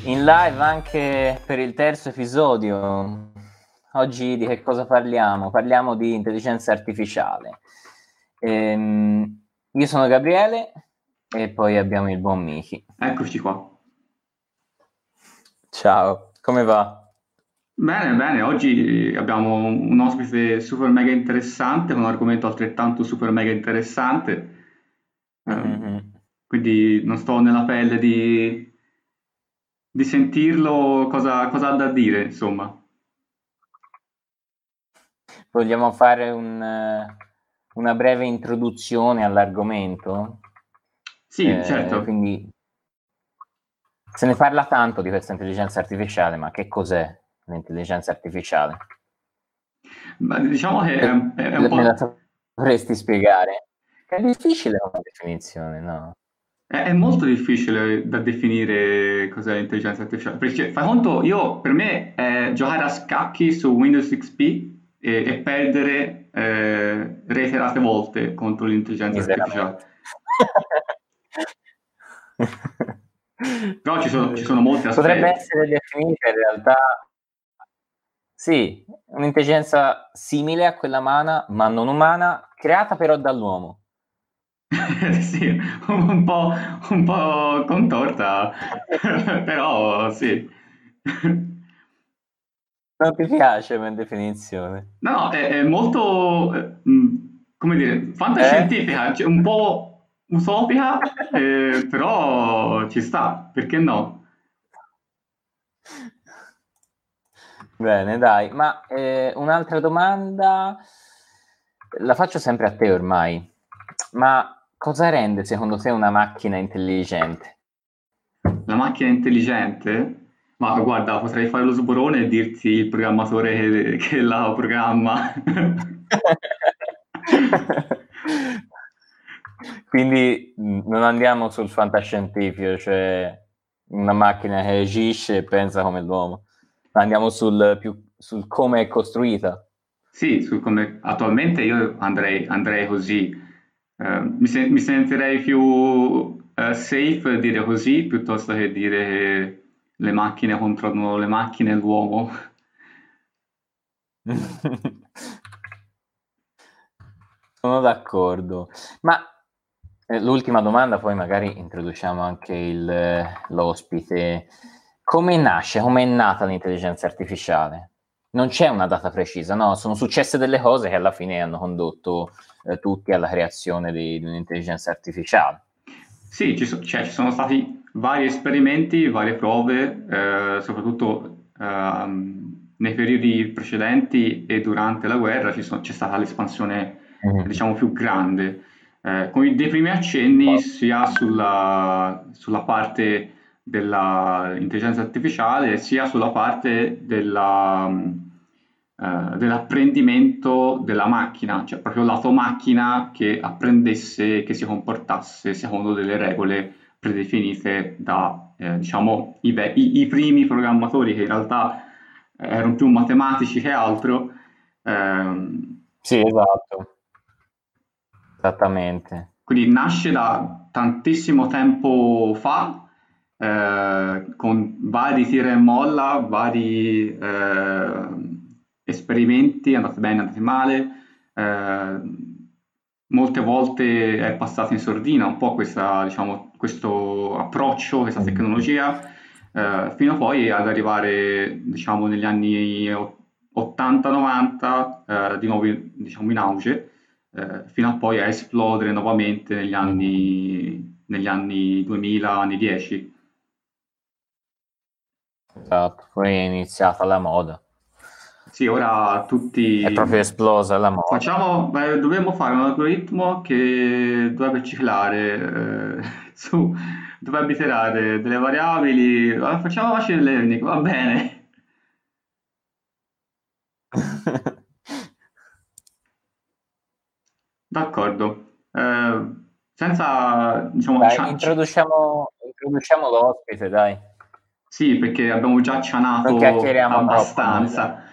in live anche per il terzo episodio. Oggi di che cosa parliamo? Parliamo di intelligenza artificiale. Io sono Gabriele e poi abbiamo il buon Miki. Eccoci qua. Ciao, come va? Bene, oggi abbiamo un ospite super mega interessante, con un argomento altrettanto super mega interessante. Mhm. Quindi non sto nella pelle di sentirlo cosa ha da dire, insomma. Vogliamo fare una breve introduzione all'argomento? Sì, certo. Quindi se ne parla tanto di questa intelligenza artificiale, ma che cos'è l'intelligenza artificiale? Ma diciamo che è un Me la po'. sapresti spiegare? È difficile una definizione, no? È molto difficile da definire cos'è l'intelligenza artificiale, perché fai conto, per me è giocare a scacchi su Windows XP e perdere reiterate volte contro l'intelligenza artificiale. Miseramente. Però ci sono molti Potrebbe aspetti. essere definita in realtà, sì, un'intelligenza simile a quella umana, ma non umana, creata però dall'uomo. Sì, un po' contorta, però sì. Non ti piace come definizione? No, no, è molto, come dire, Eh? fantascientifica, cioè un po' utopica, però ci sta, perché no? Bene, dai, ma un'altra domanda la faccio sempre a te ormai. Ma cosa rende secondo te una macchina intelligente? La macchina intelligente? Ma guarda, potrei fare lo sborone e dirti il programmatore che la programma. Quindi non andiamo sul fantascientifico, cioè una macchina che agisce e pensa come l'uomo, ma andiamo sul come è costruita. Sì, su come attualmente io andrei così. Mi sentirei più safe dire così piuttosto che dire che le macchine controllano le macchine e l'uomo. Sono d'accordo. Ma l'ultima domanda, poi magari introduciamo anche l'ospite. Come nasce, come è nata l'intelligenza artificiale? Non c'è una data precisa, no? Sono successe delle cose che alla fine hanno condotto tutti alla creazione di un'intelligenza artificiale. Sì, ci sono stati vari esperimenti, varie prove, soprattutto nei periodi precedenti e durante la guerra c'è stata l'espansione, Mhm. diciamo, più grande, con dei primi accenni sia sulla parte dell'intelligenza artificiale, sia sulla parte dell'apprendimento della macchina, cioè proprio lato macchina che apprendesse, che si comportasse secondo delle regole predefinite da, diciamo, i primi programmatori che in realtà erano più matematici che altro. Sì, esatto, esattamente. Quindi nasce da tantissimo tempo fa, con vari tira e molla, vari esperimenti, andati bene, andati male. eh, Molte volte è passato in sordina un po' diciamo, questo approccio, questa Mhm. tecnologia, fino poi ad arrivare, diciamo, negli anni 80-90, di nuovo diciamo, in auge, fino a poi a esplodere nuovamente Mhm. negli anni 2000, anni 10. Esatto, poi è iniziata la moda. Sì, ora È proprio tutti esplosa la moda. dovremmo fare un algoritmo che dovrebbe ciclare su, dovrebbe iterare delle variabili, facciamo machine learning, va bene. D'accordo. Senza, diciamo, Dai, introduciamo l'ospite, dai. sì, perché abbiamo già Non cianato chiacchieriamo troppo noi, dai. abbastanza.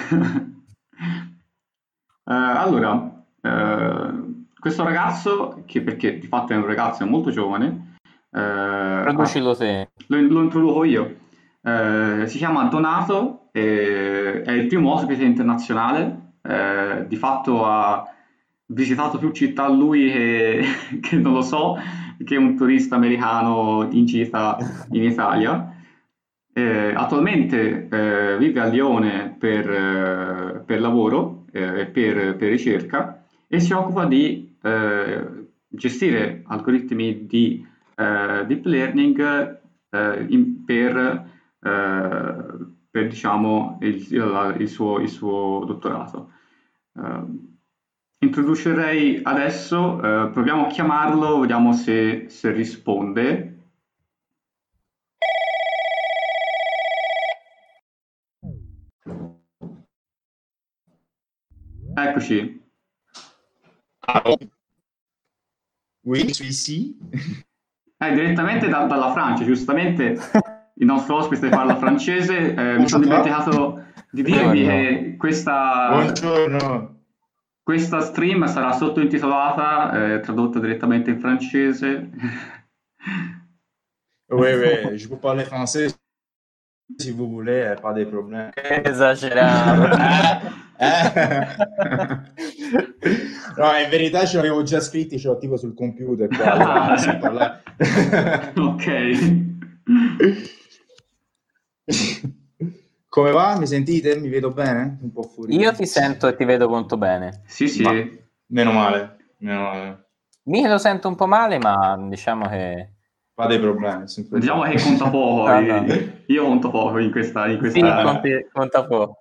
Allora, questo ragazzo, che perché di fatto è un ragazzo, è molto giovane, Introducilo te. lo introduco io. Si chiama Donato, è il primo ospite internazionale, di fatto ha visitato più città lui che non lo so, che un turista americano in gita in Italia. Attualmente vive a Lione per lavoro e per ricerca e si occupa di gestire algoritmi di deep learning per, diciamo, il suo dottorato. Introducerei adesso, proviamo a chiamarlo, vediamo se risponde. Eccoci. Oui, je suis ici. Direttamente dalla Francia, giustamente il nostro ospite parla francese. Mi sono dimenticato di dirvi che questa stream sarà sottotitolata, tradotta direttamente in francese. Oui, oui, je peux parler français si vous voulez, pas de problème. Esagerato. No, in verità ce l'avevo già scritti, ce l'ho tipo sul computer qua, so parlare. Ok. Come va? Mi sentite? Mi vedo bene? Un po' fuori. Io ti sento e ti vedo molto bene. Sì, sì. Ma, meno male, meno male. Mi lo sento un po' male, ma diciamo che... Fa dei problemi. Diciamo che conta poco. No. Io conto poco in questa... Sì, conta poco.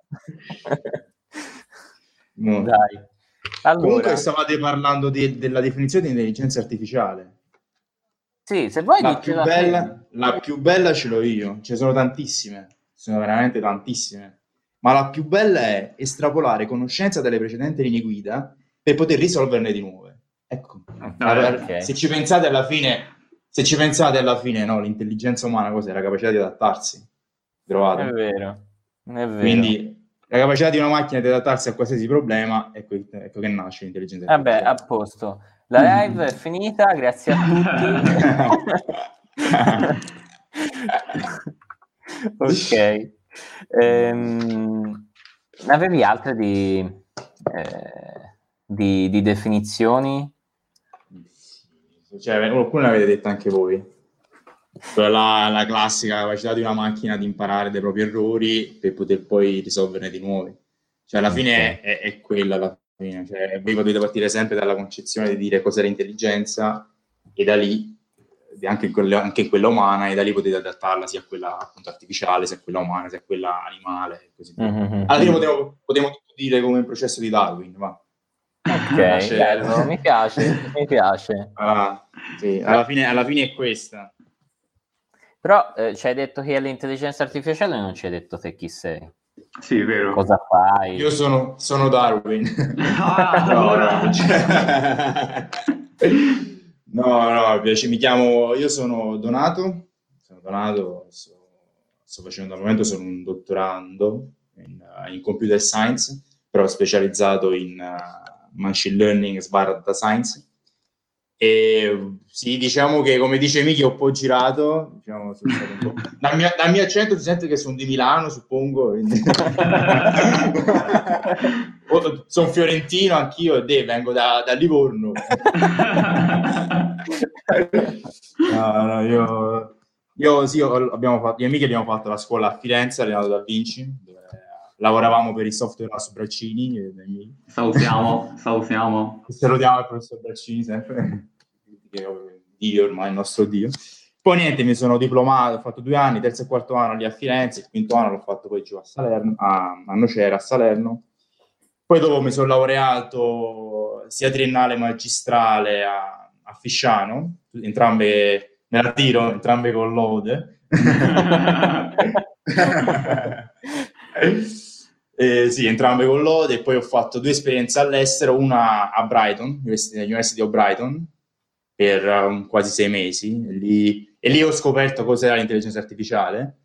No. Dai. Allora, comunque stavate parlando della definizione di intelligenza artificiale. Sì, se vuoi la più bella ce l'ho io, ce ne sono tantissime, sono veramente tantissime, ma la più bella è estrapolare conoscenza dalle precedenti linee guida per poter risolverne di nuove. Ecco, okay. Se ci pensate alla fine, no, l'intelligenza umana cos'è? La capacità di adattarsi. Trovate? È vero. Quindi la capacità di una macchina di adattarsi a qualsiasi problema, ecco che nasce l'intelligenza artificiale. Vabbè, a posto. La live è finita, grazie a tutti. Ok. Avevi altre di definizioni? Cioè, qualcuno l'avete detto anche voi. La classica capacità di una macchina di imparare dai propri errori per poter poi risolverne di nuovi. Cioè, alla fine è quella la fine. Cioè, voi potete partire sempre dalla concezione di dire cos'è l'intelligenza e da lì, anche in quella umana, e da lì potete adattarla sia a quella appunto artificiale, sia a quella umana, sia a quella animale e così via. Alla fine potremmo dire come il processo di Darwin, ma ok, bello, mi piace. Sì, alla fine è questa. Però ci hai detto che è l'intelligenza artificiale e non ci hai detto te chi sei. Sì, è vero. Cosa fai? Io sono Darwin. No, mi chiamo, io sono Donato, sto facendo al momento, sono un dottorando in computer science, però specializzato in machine learning / data science. E sì, diciamo che come dice Miki ho un po' girato, diciamo, sono stato un po'... dal mio accento si sente che sono di Milano, suppongo. Sono fiorentino anch'io e vengo da Livorno. No, io sì, io e Miki abbiamo fatto la scuola a Firenze, a Leonardo da Vinci, dove lavoravamo per il software a Braccini. Salutiamo. Salutiamo il professor Braccini sempre, che è Dio ormai, il nostro Dio. Poi niente, mi sono diplomato, ho fatto 2 anni, terzo e quarto anno lì a Firenze, il quinto anno l'ho fatto poi giù a Salerno, a Nocera, a Salerno. Poi dopo mi sono laureato sia triennale magistrale a Fisciano, entrambe, me la tiro, entrambe con lode. Sì, entrambe con lode, e poi ho fatto 2 esperienze all'estero, una a Brighton, University of Brighton, per quasi 6 mesi, e lì ho scoperto cos'era l'intelligenza artificiale,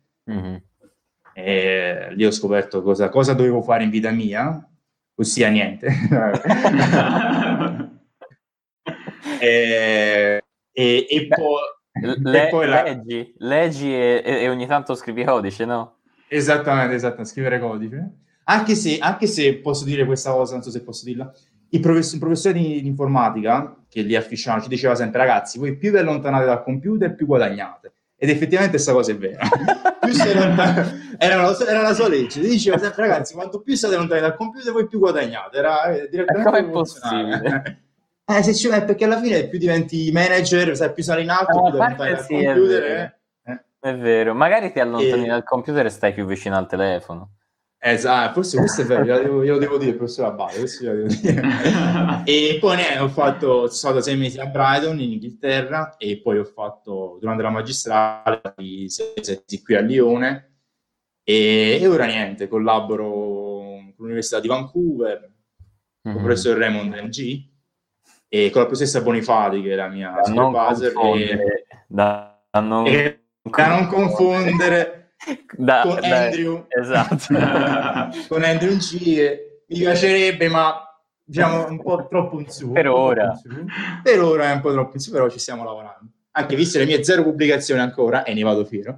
e lì ho scoperto cosa dovevo fare in vita mia, ossia niente. e poi E poi leggi e ogni tanto scrivi codice, no? Esattamente, scrivere codice. Anche se posso dire questa cosa, non so se posso dirla, il professore di informatica, che lì a Fisciano ci diceva sempre, ragazzi, voi più vi allontanate dal computer, più guadagnate. Ed effettivamente questa cosa è vera. Più era la sua legge, diceva sempre, ragazzi, quanto più state lontani dal computer, voi più guadagnate. Era direttamente com'è possibile? Perché alla fine più diventi manager, sai, più sali in alto, più lontani dal computer. È vero, magari ti allontani dal computer e stai più vicino al telefono. Esatto, forse questo è vero, io lo devo dire, professore Abate, questo io lo devo dire. E poi sono stato 6 mesi a Brighton, in Inghilterra, e poi ho fatto, durante la magistrale, 6 mesi qui a Lione, e ora niente, collaboro con l'Università di Vancouver, con il professor Raymond NG, e con la professoressa Bonifati, che è la mia supervisor, da non confondere con Andrew, esatto. con Andrew G, che mi piacerebbe, ma diciamo un po' troppo in su. Per ora è un po' troppo in su, però ci stiamo lavorando. Anche viste le mie 0 pubblicazioni ancora, e ne vado fiero.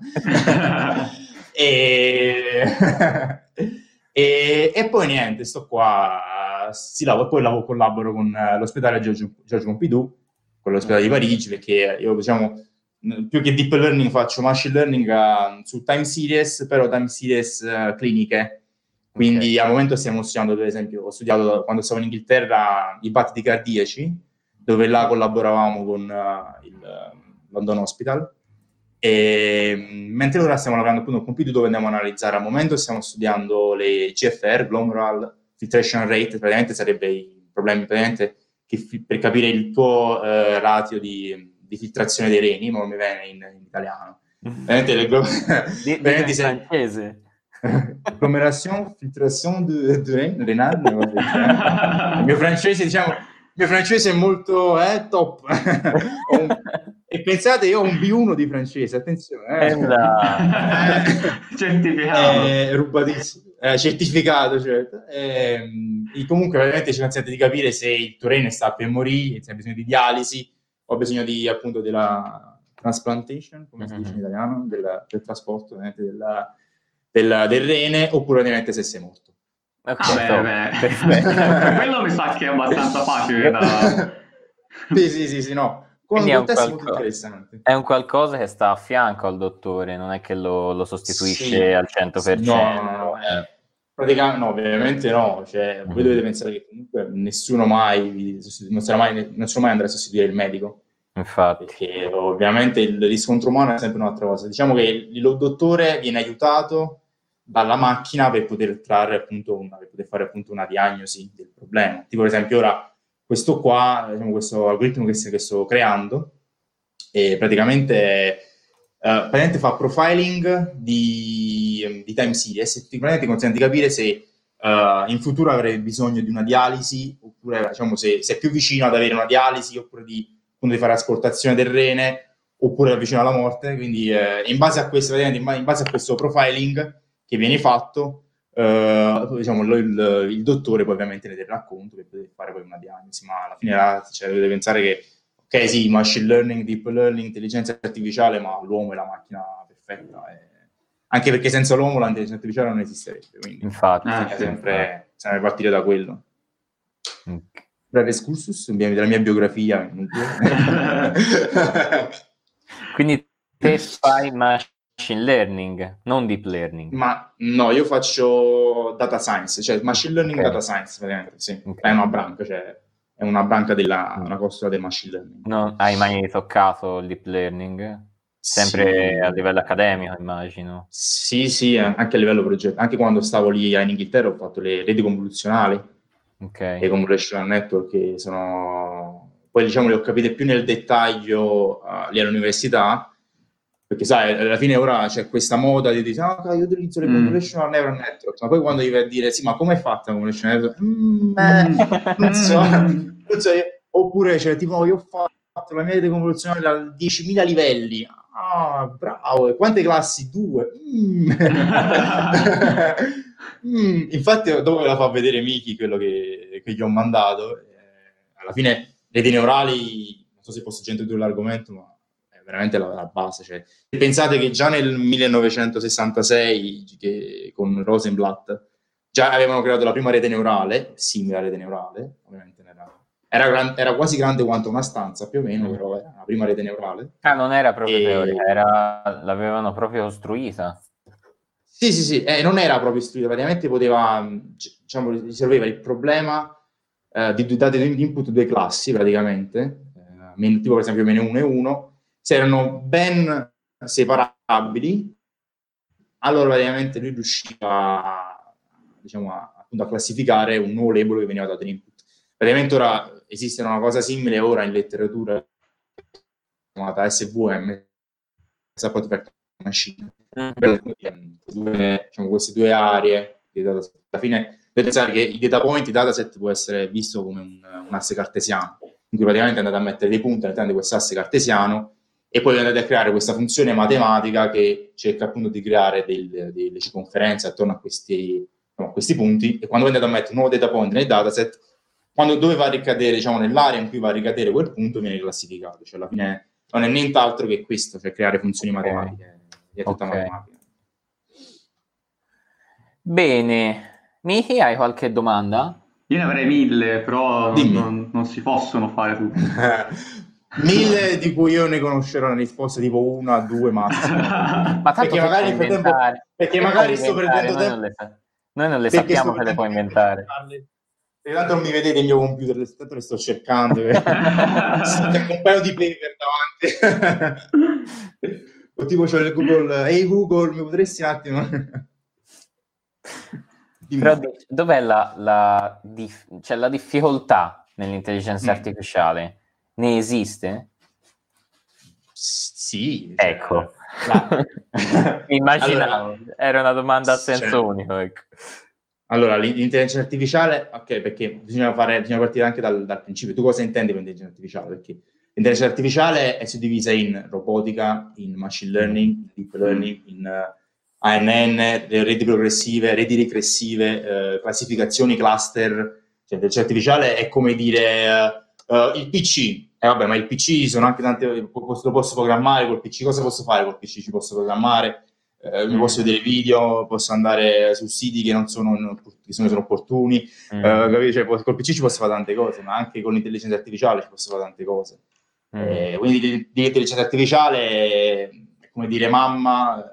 e poi niente, sto qua, poi collaboro con l'ospedale Georges Pompidou, con l'ospedale di Parigi, perché io, diciamo, più che deep learning faccio machine learning su time series, però time series cliniche. Quindi al momento stiamo studiando, per esempio, ho studiato quando stavo in Inghilterra i battiti cardiaci, dove là collaboravamo con il London Hospital, e mentre ora stiamo lavorando appunto con Pompidou, dove andiamo a analizzare. Al momento stiamo studiando le GFR, Glomerular Filtration Rate, praticamente sarebbe i problemi, praticamente, che per capire il tuo ratio di filtrazione dei reni, ma non mi viene in italiano. Veramente francese. Agglomération, filtration de renale. Il mio francese è molto top. E pensate, io ho un B1 di francese, attenzione. Certificato. Rubatissimo. Certificato, certo. Comunque, veramente ci consente di capire se il tuo rene sta per morire, se ha bisogno di dialisi, ho bisogno di, appunto, della transplantation, come si dice in italiano, del trasporto del rene, oppure ovviamente se sei morto. Quello mi sa che è abbastanza facile da... Sì, no. Quindi è un qualcosa che sta a fianco al dottore, non è che lo sostituisce al 100%. No. Praticamente no, ovviamente no. Cioè, voi dovete pensare che comunque nessuno mai andrà a sostituire il medico. Infatti. Perché ovviamente il riscontro umano è sempre un'altra cosa. Diciamo che il dottore viene aiutato dalla macchina per poter trarre appunto per poter fare appunto una diagnosi del problema. Tipo, per esempio, ora questo qua, diciamo, questo algoritmo che sto creando, praticamente fa profiling di time series, e praticamente consente di capire se in futuro avrei bisogno di una dialisi, oppure, diciamo, se è più vicino ad avere una dialisi, oppure di fare asportazione del rene, oppure vicino alla morte. Quindi in base a questo profiling che viene fatto, diciamo, il dottore poi ovviamente ne terrà conto per poter fare poi una diagnosi. Ma alla fine dovete pensare che, ok, sì, machine learning, deep learning, intelligenza artificiale, ma l'uomo è la macchina perfetta, anche perché senza l'uomo l'intelligenza artificiale non esisterebbe, quindi infatti bisogna sempre partire da quello. Breve excursus della mia biografia. Quindi te fai machine learning, non deep learning? Ma no, io faccio data science, cioè machine learning, data science, praticamente, sì. È una branca, cioè è una branca una costola del machine learning. Non hai mai toccato il deep learning? Sempre a livello accademico, immagino. Sì, anche a livello progetto. Anche quando stavo lì in Inghilterra ho fatto le reti convoluzionali, le convolutional network, che sono... Poi, diciamo, le ho capite più nel dettaglio lì all'università, perché sai, alla fine ora c'è questa moda di dire io utilizzo le convolutional neural network, ma poi quando devi a dire sì, ma come è fatta la convolutional network? Non so io. Oppure cioè, tipo, io ho fatto la mia rete convoluzionale a 10.000 livelli. Bravo, e quante classi? 2. Infatti dopo me la fa vedere Miki quello che gli ho mandato. Alla fine reti neurali, non so se posso introdurre l'argomento, ma veramente la base. Cioè, pensate che già nel 1966, che con Rosenblatt, già avevano creato la prima rete neurale, simile alla rete neurale, ovviamente era quasi grande quanto una stanza, più o meno, però era la prima rete neurale. Non era proprio teorica, l'avevano proprio costruita. Sì, non era proprio istruita, praticamente poteva, diciamo, risolveva il problema di date di input due classi, praticamente, tipo per esempio -1 e 1, se erano ben separabili, allora praticamente lui riusciva, diciamo, appunto a classificare un nuovo label che veniva dato in input. Praticamente ora esiste una cosa simile ora in letteratura chiamata SVM, Support Vector Machine. Diciamo, queste due aree di dataset. Alla fine dovete pensare che il data point, il dataset può essere visto come un asse cartesiano, in cui praticamente andate a mettere dei punti all'interno di questo asse cartesiano e poi andate a creare questa funzione matematica che cerca appunto di creare delle circonferenze attorno a questi punti, e quando andate a mettere un nuovo data point nel dataset, dove va a ricadere, diciamo, nell'area in cui va a ricadere quel punto, viene classificato. Cioè alla fine non è nient'altro che questo, cioè creare funzioni matematiche. È tutta matematica. Bene. Miki, hai qualche domanda? Io ne avrei 1000, però non si possono fare tutte. 1000 di cui io ne conoscerò una risposta tipo 1 a 2 massimo. Ma perché magari sto perdendo tempo. Noi non le sappiamo che le puoi inventare. Perché tanto non mi vedete il mio computer, tanto le sto cercando. C'è un paio di paper davanti. O tipo c'ho il Google, ehi Google, mi potresti un attimo? Però dov'è la difficoltà nell'intelligenza artificiale? Ne esiste? Sì. Ecco. Immaginavo, allora, era una domanda a senso unico. Ecco. Allora, l'intelligenza artificiale, ok, perché bisogna partire anche dal principio. Tu cosa intendi per intelligenza artificiale? Perché l'intelligenza artificiale è suddivisa in robotica, in machine learning, in deep learning, in ANN, reti progressive, reti rigressive, classificazioni, cluster. Cioè, l'intelligenza artificiale è come dire il PC. Vabbè, ma il PC sono anche tante, lo posso programmare col PC. Cosa posso fare col PC? Ci posso programmare, mi posso vedere video, posso andare su siti che non sono opportuni, cioè, col PC ci posso fare tante cose, ma anche con l'intelligenza artificiale ci posso fare tante cose. Quindi l'intelligenza artificiale è come dire mamma,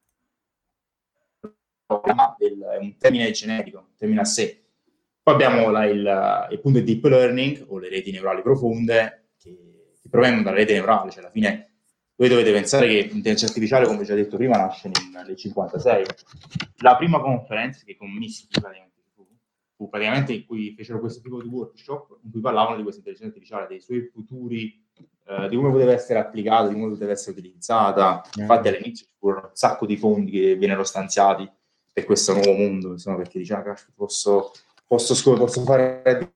è un termine generico, un termine a sé. Poi abbiamo il punto di deep learning o le reti neurali profonde che provengono dalla rete neurale, cioè alla fine voi dovete pensare che l'intelligenza artificiale, come già detto prima, nasce nel 1956. La prima conferenza che commissi fu praticamente in cui fecero questo tipo di workshop in cui parlavano di questa intelligenza artificiale, dei suoi futuri, di come poteva essere applicata, di come poteva essere utilizzata. Infatti all'inizio ci furono un sacco di fondi che vennero stanziati per questo nuovo mondo, insomma, perché diceva che posso fare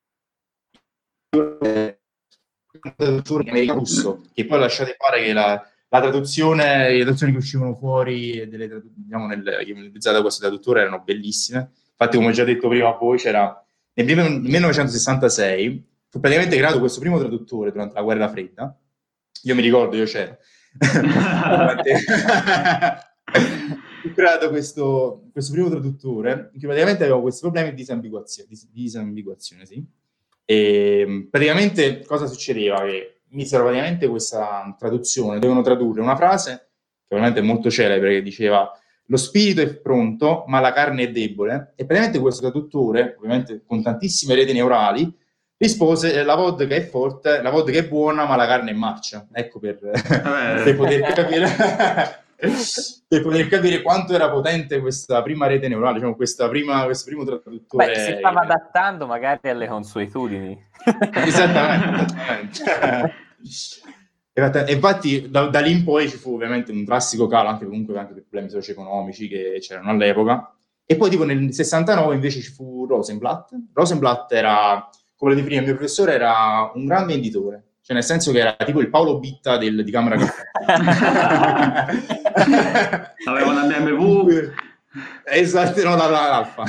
traduttore russo, che poi lasciate fare che le traduzioni che uscivano fuori utilizzate da questo traduttore erano bellissime. Infatti, come ho già detto prima a voi, c'era nel 1966 fu praticamente creato questo primo traduttore durante la guerra fredda. Io mi ricordo, io c'ero. Ho creato questo primo traduttore che praticamente aveva questi problemi di disambiguazione, sì. E praticamente cosa succedeva? Che misero praticamente questa traduzione, devono tradurre una frase che ovviamente è molto celebre, che diceva: lo spirito è pronto ma la carne è debole, e praticamente questo traduttore, ovviamente con tantissime reti neurali, rispose: la vodka è forte, la vodka è buona ma la carne è marcia. Ecco, per poter capire quanto era potente questa prima rete neurale, diciamo, questo primo traduttore. Beh, si stava adattando magari alle consuetudini. Esattamente. E infatti da lì in poi ci fu ovviamente un drastico calo, anche per problemi socio-economici che c'erano all'epoca. E poi tipo nel 69 invece ci fu Rosenblatt. Rosenblatt era, come lo definiva il mio professore, era un gran venditore. Cioè, nel senso che era tipo il Paolo Bitta di Camera Caffè. Aveva una BMW. Esatto, no, l'Alfa.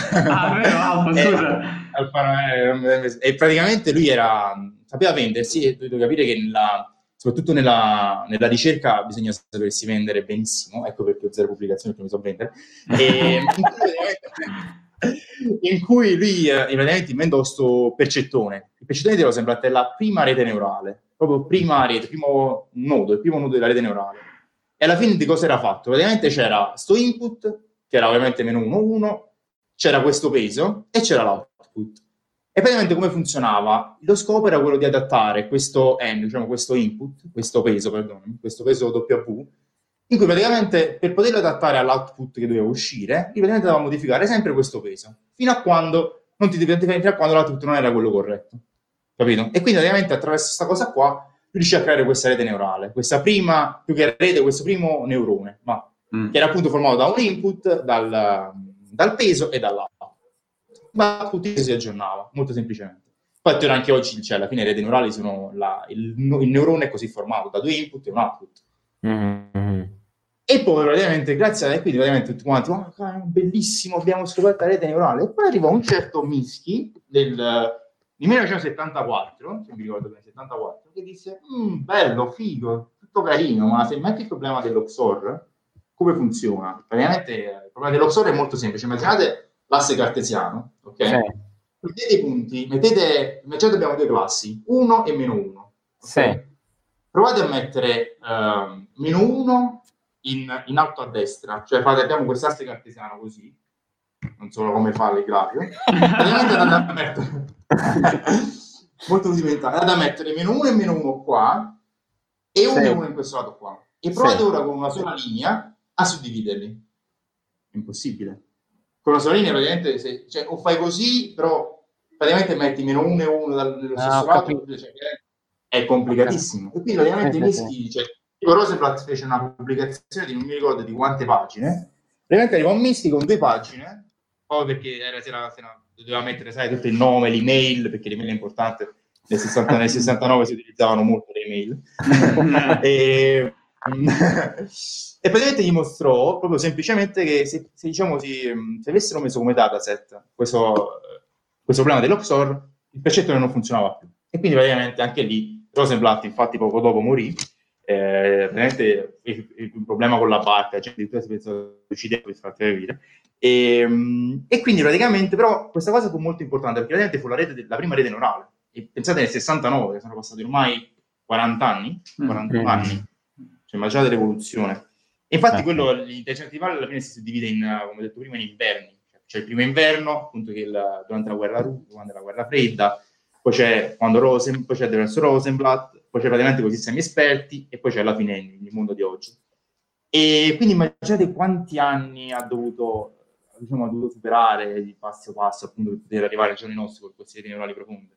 Alfa. E praticamente lui sapeva vendersi, e dovete capire che soprattutto nella ricerca bisogna sapersi vendere benissimo, ecco perché ho zero pubblicazioni, perché mi so vendere, e in cui lui praticamente inventò questo percettone. Il percettone di Rosenblatt è la prima rete neurale, proprio prima rete, il primo nodo della rete neurale. E alla fine di cosa era fatto? Praticamente c'era sto input, che era ovviamente meno 1, 1, c'era questo peso e c'era l'output. E praticamente come funzionava? Lo scopo era quello di adattare questo n, diciamo questo input, questo peso W, in cui praticamente per poterlo adattare all'output che doveva uscire, praticamente doveva modificare sempre questo peso, fino a quando l'output non era quello corretto. Capito? E quindi praticamente attraverso questa cosa qua riuscì a creare questa rete neurale, questa prima, più che rete, questo primo neurone, che era appunto formato da un input, dal peso e dall'output. Ma tutti si aggiornava, molto semplicemente. Infatti ora anche oggi, cioè, alla fine le reti neurali sono il neurone è così formato da 2 input e un output. Mm-hmm. E poi praticamente grazie a quindi praticamente tutti quanti bellissimo, abbiamo scoperto la rete neurale. E poi arriva un certo Minsky di 1974, se mi ricordo bene, 74, che disse bello, figo, tutto carino, ma se metti il problema dello XOR, come funziona? Praticamente il problema dello XOR è molto semplice. Immaginate l'asse cartesiano, ok? Sì. Mettete i punti, immaginate abbiamo due classi, 1 e meno 1. Okay? Sì. Provate a mettere meno 1 in alto a destra, cioè abbiamo quest'asse cartesiano così, non so come fa il grafico, praticamente andate a mettere molto rudimentale, andate a mettere meno 1 e meno 1 qua e 1 e 1 in questo lato qua, e provate ora con una sola linea a suddividerli. Impossibile. Con una sola linea praticamente cioè, o fai così, però praticamente metti meno 1 e 1 nello stesso lato, cioè, è complicatissimo. E quindi praticamente Minsky, cioè, Rosenblatt fece una pubblicazione di non mi ricordo di quante pagine, praticamente arriva un Minsky con 2 pagine, poi perché doveva mettere, sai, tutto il nome, l'email, perché l'email è importante, nel 69 si utilizzavano molto le email, e praticamente gli mostrò proprio semplicemente che se avessero messo come dataset questo problema dello XOR, il percettore non funzionava più. E quindi praticamente anche lì Rosenblatt, infatti, poco dopo morì. Praticamente il problema con la barca, cioè addirittura si pensa di uccidere per farti capire. E quindi praticamente, però, questa cosa fu molto importante perché praticamente fu la prima rete neurale. E pensate nel 69, sono passati ormai 40 anni, 41 anni. Cioè, immaginate l'evoluzione. E infatti l'intelligenza artificiale alla fine si divide come ho detto prima, in inverni. C'è il primo inverno, appunto, che durante la guerra fredda, poi c'è poi c'è verso Rosenblatt, poi c'è praticamente con i sistemi esperti, e poi c'è alla fine il mondo di oggi. E quindi immaginate quanti anni ha dovuto superare di passo passo, appunto, per poter arrivare ai giorni nostri con queste reti neurali profonde.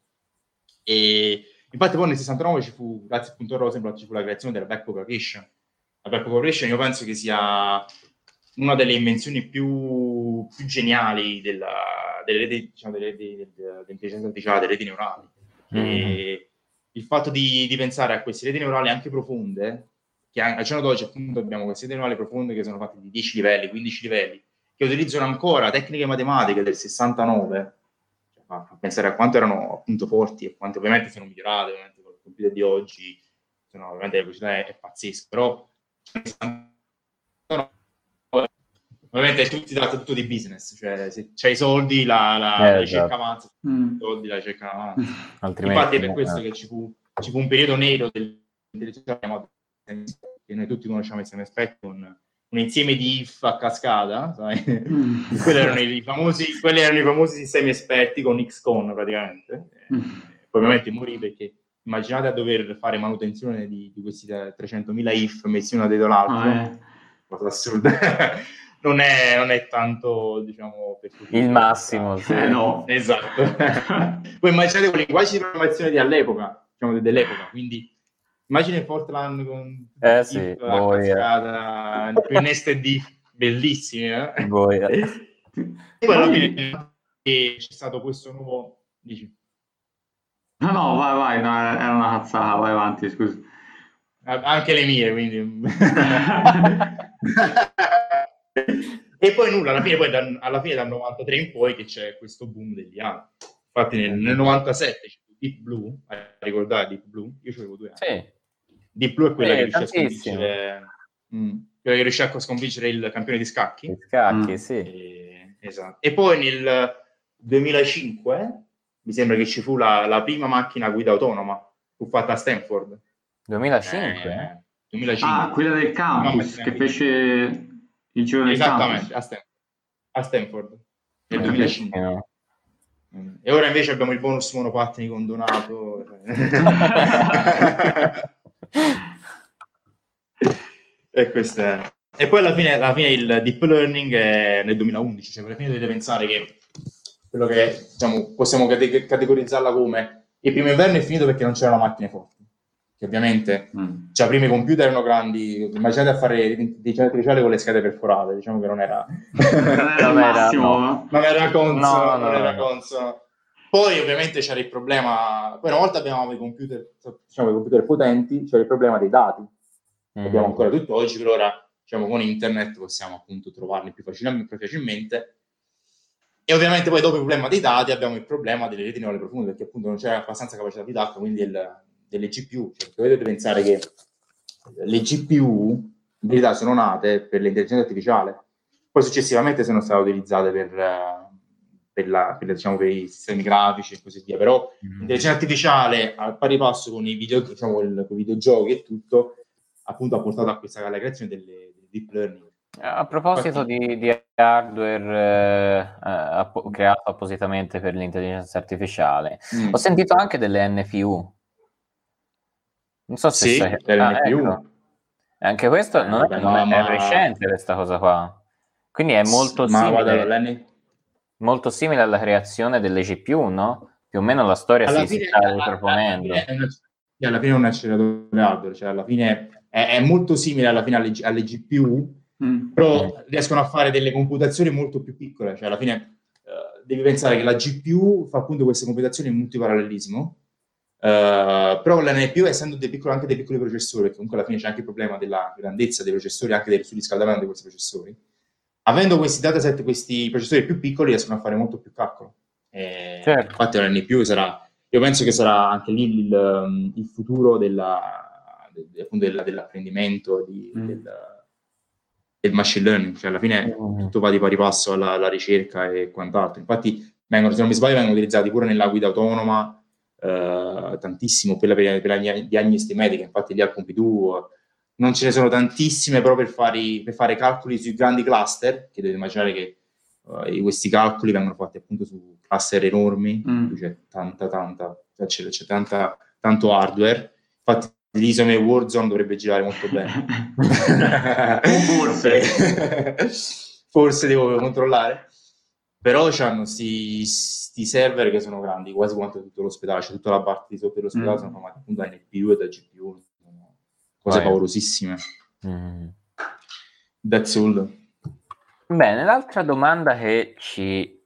E infatti poi nel 69 grazie appunto a Rosenblatt, ci fu la creazione della backbone operation. La backbone operation io penso che sia una delle invenzioni più geniali delle reti, dell'intelligenza artificiale, delle reti neurali. E il fatto di pensare a queste reti neurali anche profonde, che al giorno d'oggi appunto abbiamo queste reti neurali profonde che sono fatte di 10 livelli, 15 livelli, che utilizzano ancora tecniche matematiche del 69, a pensare a quanto erano appunto forti e quanto ovviamente sono migliorate, ovviamente con il computer di oggi, ovviamente la velocità è pazzesca, però ovviamente si tratta tutto di business, cioè se c'hai i soldi la ricerca avanza, soldi la ricerca avanza. Infatti è per questo che ci fu un periodo nero dell'intelligenza chiamato, che noi tutti conosciamo il semi-esperti, con un insieme di if a cascata, sai? Quelli erano i famosi sistemi esperti con XCON praticamente. Poi ovviamente morì perché immaginate a dover fare manutenzione di questi 300.000 if messi uno dietro l'altro, cosa assurda. Non è tanto, diciamo, per il massimo, sì. No, esatto. Poi immaginate con i linguaggi di programmazione dell'epoca, quindi immagina Fortran con sì, cascata, più nested if bellissimi, E poi alla fine c'è stato questo nuovo... Dici? No, vai, no, era una cazzata, vai avanti, scusa. Anche le mie, quindi... E poi nulla, alla fine dal 93 in poi che c'è questo boom degli AI. Infatti nel 97 c'è Deep Blue, ricordate Deep Blue? Io avevo 2 anni. Sì. Deep Blue è quella che riesce a tantissimo. sconfiggere quella che riesce a sconfiggere il campione di scacchi. Di scacchi, sì. Esatto. E poi nel 2005 mi sembra che ci fu la prima macchina a guida autonoma, fu fatta a Stanford. 2005? 2005. Ah, quella del campus che fece il giro del Esattamente, campus. a Stanford nel 2005. No. E ora invece abbiamo il bonus monopattini condonato. E questo è. E poi alla fine il deep learning è nel 2011, cioè alla fine dovete pensare che quello che diciamo, possiamo categorizzarla come il primo inverno è finito perché non c'erano macchine forti, che ovviamente cioè, prima i computer erano grandi, immaginate a fare l'intelligenza artificiale con le schede perforate, diciamo che non era il massimo. Non era consono, non era No. consono. Poi ovviamente c'era il problema, poi una volta abbiamo i computer, diciamo, i computer potenti, c'era il problema dei dati, che abbiamo ancora tutt'oggi, per ora diciamo, con internet possiamo appunto trovarli più facilmente. E ovviamente poi dopo il problema dei dati abbiamo il problema delle reti neurali profonde, perché appunto non c'era abbastanza capacità di calcolo, quindi delle GPU. Cioè, dovete pensare che le GPU in verità sono nate per l'intelligenza artificiale, poi successivamente sono state utilizzate per i sistemi grafici e così via, però l'intelligenza artificiale al pari passo con i video, diciamo, con i videogiochi e tutto, appunto ha portato a questa alla creazione del deep learning. A proposito di hardware creato appositamente per l'intelligenza artificiale, ho sentito anche delle NPU. Non so se sì, delle NPU. Ecco. Anche questo non è recente questa cosa qua. Quindi è molto simile alla creazione delle GPU, no? Più o meno la storia si sta riproponendo. Alla fine è un acceleratore hardware, cioè alla fine è molto simile alla fine alle GPU, però riescono a fare delle computazioni molto più piccole, cioè alla fine devi pensare che la GPU fa appunto queste computazioni in multiparallelismo, però l'NPU, essendo anche dei piccoli processori, perché comunque alla fine c'è anche il problema della grandezza dei processori, anche del surriscaldamento di questi processori, avendo questi dataset, questi processori più piccoli riescono a fare molto più calcolo. Certo. Infatti l'NPU io penso che sarà anche lì il futuro dell'apprendimento del machine learning, cioè alla fine tutto va di pari passo alla ricerca e quant'altro. Infatti se non mi sbaglio vengono utilizzati pure nella guida autonoma tantissimo, quella per la diagnosi medica. Infatti lì al Pompidou non ce ne sono tantissime, però per fare calcoli sui grandi cluster, che dovete immaginare che questi calcoli vengono fatti appunto su cluster enormi, c'è tanto hardware. Infatti l'ISO nel Warzone dovrebbe girare molto bene. Forse devo controllare, però hanno sti server che sono grandi, quasi quanto tutto l'ospedale, c'è tutta la parte di sotto dell'ospedale, sono formati appunto da NPU e da GPU, cose paurosissime. That's all. Bene, l'altra domanda che ci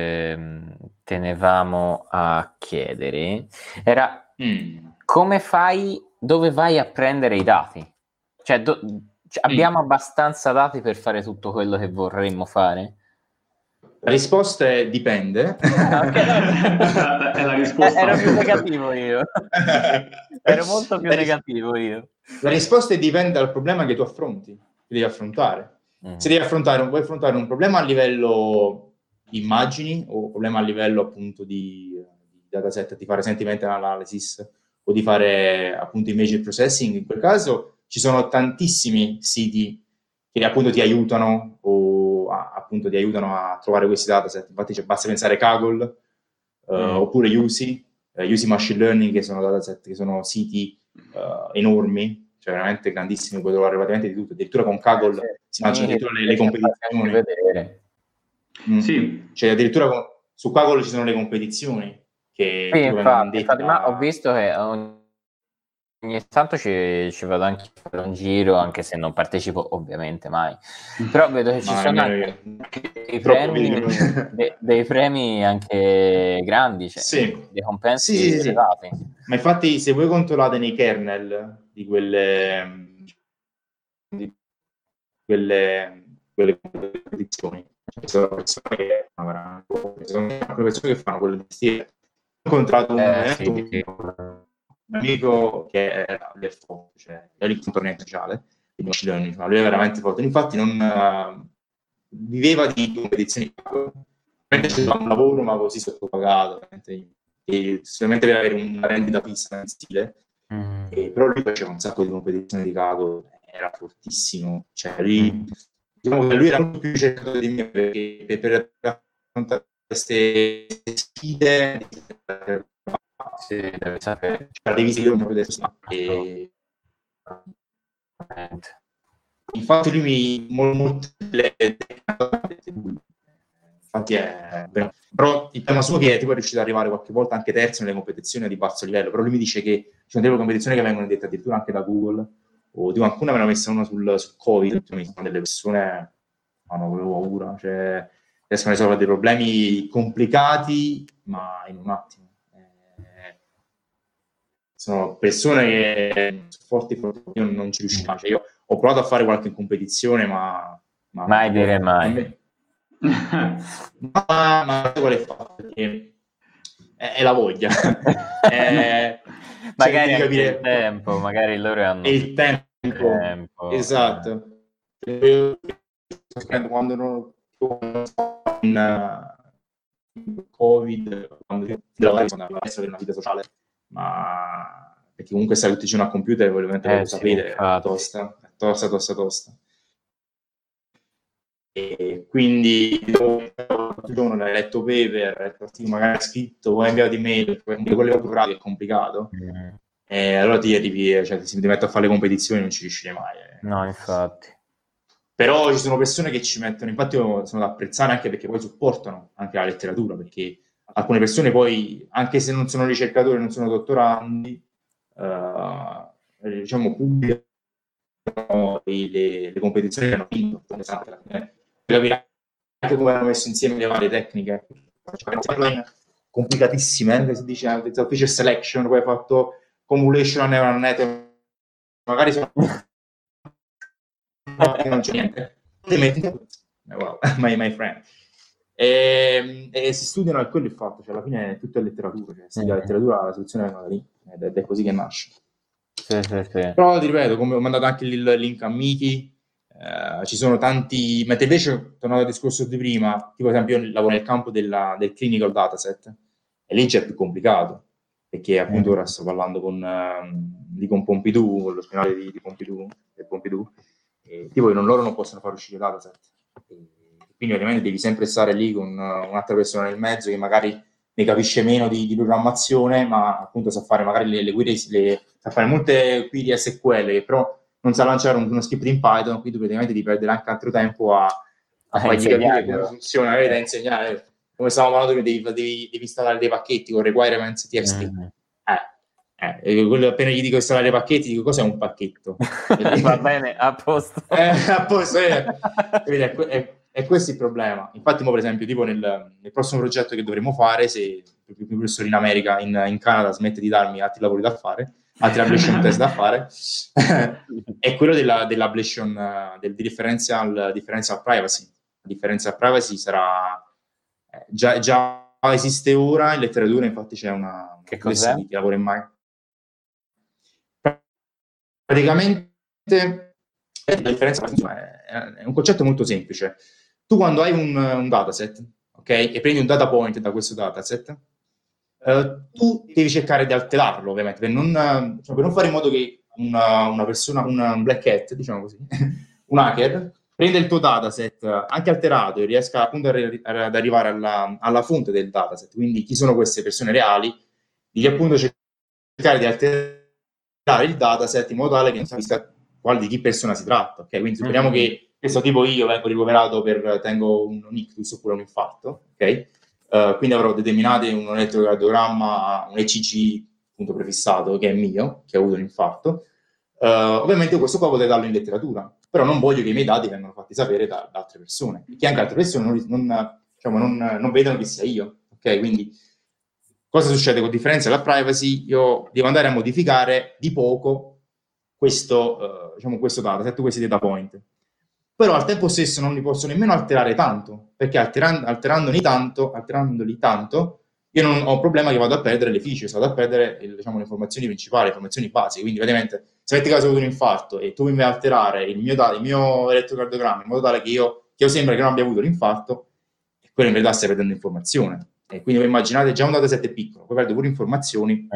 tenevamo a chiedere era come fai, dove vai a prendere i dati? Cioè, abbiamo abbastanza dati per fare tutto quello che vorremmo fare? La risposta è dipende. Okay. È la risposta. Ero più negativo io. Ero molto più negativo io. La risposta è dipende dal problema che tu affronti, che devi affrontare. Se vuoi affrontare un problema a livello di immagini o un problema a livello appunto di dataset, di fare sentimental analysis o di fare appunto image processing, in quel caso ci sono tantissimi siti che appunto ti aiutano appunto ti aiutano a trovare questi dataset. Infatti basta pensare a Kaggle oppure USI Machine Learning, che sono dataset, che sono siti enormi, cioè veramente grandissimi, puoi trovare praticamente di tutto. Addirittura con Kaggle si lanciano addirittura le competizioni. Sì. Cioè addirittura su Kaggle ci sono le competizioni che infatti, ma ho visto che ogni tanto ci vado anche a fare un giro, anche se non partecipo ovviamente mai, però vedo che ci sono anche dei premi anche grandi, cioè dei compensi elevati. Ma infatti se voi controllate nei kernel di quelle competizioni, ci sono persone che fanno quelle di stile. Ho incontrato un amico che è forte, cioè è lì un torneo sociale, quindi lui è veramente forte. Infatti non viveva di competizioni, c'era un lavoro ma così sottopagato, e sicuramente per avere una rendita fissa mensile. Però lui faceva un sacco di competizioni di cago, era fortissimo, cioè diciamo che lui era molto più ricercato di me, perché per affrontare queste sfide deve sapere. Cioè, devi seguire un po' adesso. Infatti lui molto infatti però il tema suo che è tipo è riuscito ad arrivare qualche volta anche terzo nelle competizioni di basso livello, però lui mi dice che ci sono delle competizioni che vengono dette addirittura anche da Google, o tipo alcune me l'hanno messa una sul Covid, cioè, mi sono delle persone hanno proprio paura, cioè riescono a risolvere dei problemi complicati ma in un attimo. Sono persone che sono forti, io non ci riuscirò, cioè, io ho provato a fare qualche competizione ma mai dire mai. Ma qual è fatto? Perché è la voglia. Magari anche il tempo, magari loro hanno il tempo. Esatto. Quando non in Covid, quando lavoravo per una vita sociale, ma perché comunque stai tutti giorni al computer, ovviamente lo sapete, è tosta. E quindi un giorno hai letto paper, magari hai scritto o hai inviato email, quello che è complicato, e allora ti arrivi, cioè ti metti a fare le competizioni non ci riuscirei mai. No, infatti. Però ci sono persone che ci mettono, infatti io sono da apprezzare anche perché poi supportano anche la letteratura, perché alcune persone poi, anche se non sono ricercatori, non sono dottorandi, diciamo pubblicano le competizioni che hanno vinto, capire anche come hanno messo insieme le varie tecniche complicatissime, che si dice feature selection, poi hai fatto convolutional neural network, magari sono non c'è niente, wow, my friend, e si studiano, e quello è il fatto, cioè alla fine è tutto letteratura, cioè studia la letteratura, la soluzione vengono da lì, ed è così che nasce. Sì. Però ti ripeto, come ho mandato anche il link a Miki, ci sono tanti, mentre invece tornato al discorso di prima, tipo ad esempio io lavoro nel campo del clinical dataset, e lì c'è più complicato, perché appunto ora sto parlando con Pompidou, con l'ospedale di Pompidou, del Pompidou, e tipo loro non possono far uscire dataset, quindi ovviamente devi sempre stare lì con un'altra persona nel mezzo che magari ne capisce meno di programmazione, ma appunto sa fare magari le query, sa fare molte query SQL, che però non sa lanciare uno script in Python, quindi praticamente devi perdere anche altro tempo a fargli capire come funziona, da insegnare. Come stavamo parlando, devi installare dei pacchetti con requirements TXT. Quello, appena gli dico installare pacchetti, dico cos'è un pacchetto? Va bene, a posto. A posto, è questo il problema. Infatti, per esempio, tipo nel prossimo progetto che dovremo fare, se il mio professore in America, in Canada, smette di darmi altri lavori da fare, altri ablation test da fare, è quello dell'ablation, del differential privacy. La differential privacy sarà già esiste ora in letteratura, infatti c'è una che cos'è? Che lavora in mai. Praticamente la differenza è un concetto molto semplice. Tu quando hai un dataset, ok, e prendi un data point da questo dataset, tu devi cercare di alterarlo, ovviamente, per non fare in modo che una persona, un black hat, diciamo così, un hacker, prenda il tuo dataset anche alterato e riesca appunto ad arrivare alla fonte del dataset. Quindi chi sono queste persone reali, devi appunto cercare di alterare il dataset in modo tale che non si capisca di che persona si tratta, ok? Quindi supponiamo che questo tipo io vengo ricoverato tengo un ictus oppure un infarto, ok? Quindi avrò determinate un elettrocardiogramma, un ECG appunto prefissato che è mio, che ho avuto un infarto. Ovviamente questo qua potrei darlo in letteratura, però non voglio che i miei dati vengano fatti sapere da altre persone, che anche altre persone non vedono che sia io, ok? Quindi cosa succede? Con differenza della privacy, io devo andare a modificare di poco questo dataset, questi data point. Però al tempo stesso non li posso nemmeno alterare tanto, perché alterandoli tanto io non ho un problema che vado a perdere le features, vado a perdere diciamo, le informazioni principali, le informazioni basiche. Quindi, praticamente, se metti caso ho avuto un infarto e tu mi vai a alterare il mio elettrocardiogramma in modo tale che io sembra che non abbia avuto l'infarto, e quello in realtà stai perdendo informazione. E quindi immaginate, già un dataset è piccolo, poi perdo pure informazioni.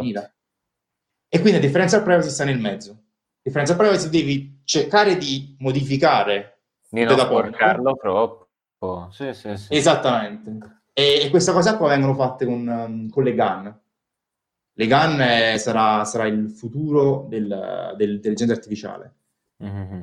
E quindi la differenza privacy sta nel mezzo. La differenza privacy devi cercare di modificare di non sporcarlo troppo. Sì. Esattamente. E questa cosa qua vengono fatte con le GAN. Le GAN sarà il futuro dell'intelligenza artificiale. Mm-hmm.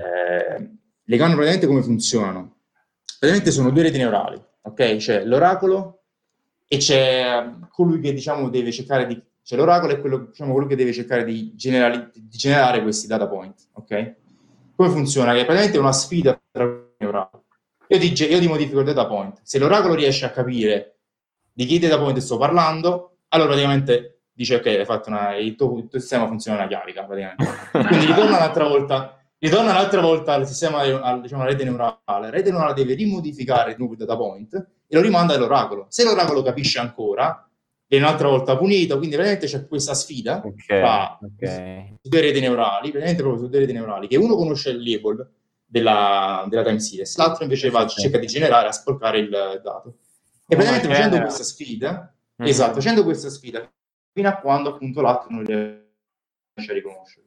Le GAN praticamente come funzionano? Praticamente sono due reti neurali, ok? C'è l'oracolo e c'è colui che diciamo deve cercare di... C'è l'oracolo e quello che deve cercare di generare questi data point, ok? Come funziona? Che praticamente è una sfida tra neurali. Io ti modifico il data point. Se l'oracolo riesce a capire di che data point sto parlando, allora praticamente dice ok, hai fatto il tuo sistema funziona una chiavica, praticamente. Quindi ritorna un'altra volta al sistema, diciamo, alla rete neurale. La rete neurale deve rimodificare il nuovo data point e lo rimanda all'oracolo. Se l'oracolo capisce ancora, viene un'altra volta punito, quindi veramente c'è questa sfida tra due reti neurali, praticamente proprio su due reti neurali, che uno conosce il label della time series, l'altro invece cerca di generare, a sporcare il dato. E praticamente facendo questa sfida, facendo questa sfida, fino a quando appunto l'altro non riesce a riconoscerlo.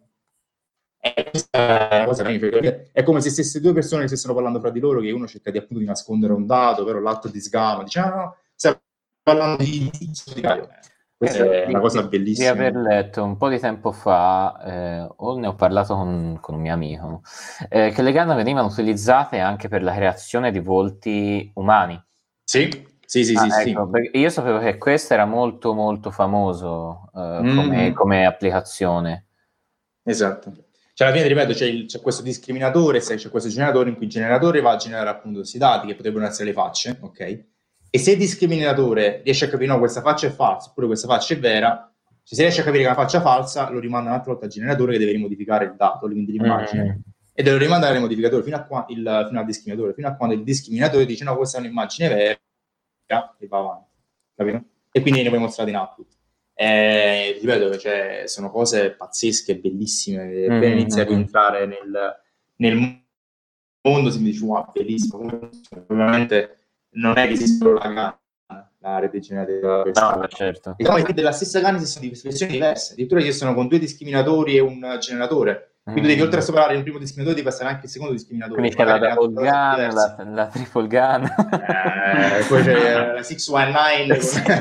E questa è una cosa magnifica, è come se stesse due persone che stessero parlando fra di loro, che uno cerca appunto di nascondere un dato, però l'altro ti sgama, dice no, stai parlando di Caio. Questa è una cosa bellissima. Di aver letto un po' di tempo fa, o ne ho parlato con un mio amico, che le GAN venivano utilizzate anche per la creazione di volti umani. Sì. Ecco, io sapevo che questo era molto molto famoso come applicazione. Esatto. Cioè, alla fine, ripeto, c'è questo discriminatore, c'è questo generatore in cui il generatore va a generare appunto questi dati che potrebbero essere le facce, ok? E se il discriminatore riesce a capire no, questa faccia è falsa, oppure questa faccia è vera, se si riesce a capire che è una faccia falsa, lo rimanda un'altra volta al generatore che deve rimodificare il dato, quindi l'immagine, e deve rimandare al modificatore fino al discriminatore, fino a quando il discriminatore dice no, questa è un'immagine vera, e va avanti, capito? E quindi ne puoi mostrare in output. Ripeto, sono cose pazzesche, bellissime. Appena inizi a entrare nel mondo si mi dice wow, bellissimo. Ovviamente non è che esiste la rete generativa, no, certo. E della stessa GAN esistono versioni diverse, addirittura esistono con due discriminatori e un generatore. Quindi devi oltre a superare il primo discriminatore devi passare anche il secondo discriminatore. Quindi c'è la double GAN, la triple GAN. Poi c'è la 619.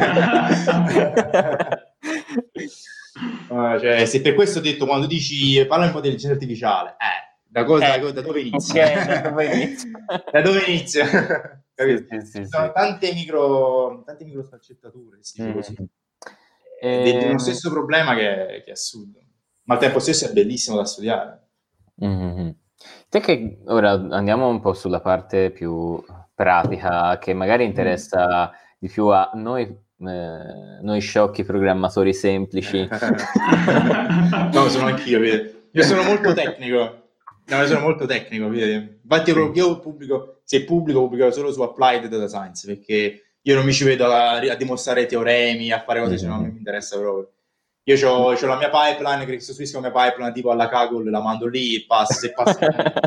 Cioè, se per questo ho detto, quando dici parla un po' di intelligenza artificiale, da dove inizia? Da dove inizia? Ci sono tante micro sfaccettature, così. È uno stesso problema che è assurdo, ma al tempo stesso è bellissimo da studiare. Te che ora andiamo un po' sulla parte più pratica, che magari interessa di più a noi sciocchi programmatori semplici. No, sono anch'io, vedi. Io sono molto tecnico. Vedi. Infatti io pubblico solo su Applied Data Science, perché io non mi ci vedo a dimostrare teoremi, a fare cose, non mi interessa proprio. Io ho la mia pipeline, che costruisco la mia pipeline tipo alla Kaggle, la mando lì e passa, se passa.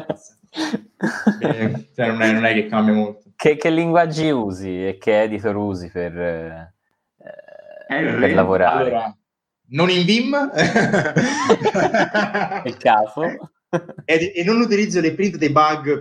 Cioè, non è che cambia molto. Che linguaggi usi e che editor usi per lavorare? Allora, non in Vim. Il caso. E non utilizzo le print debug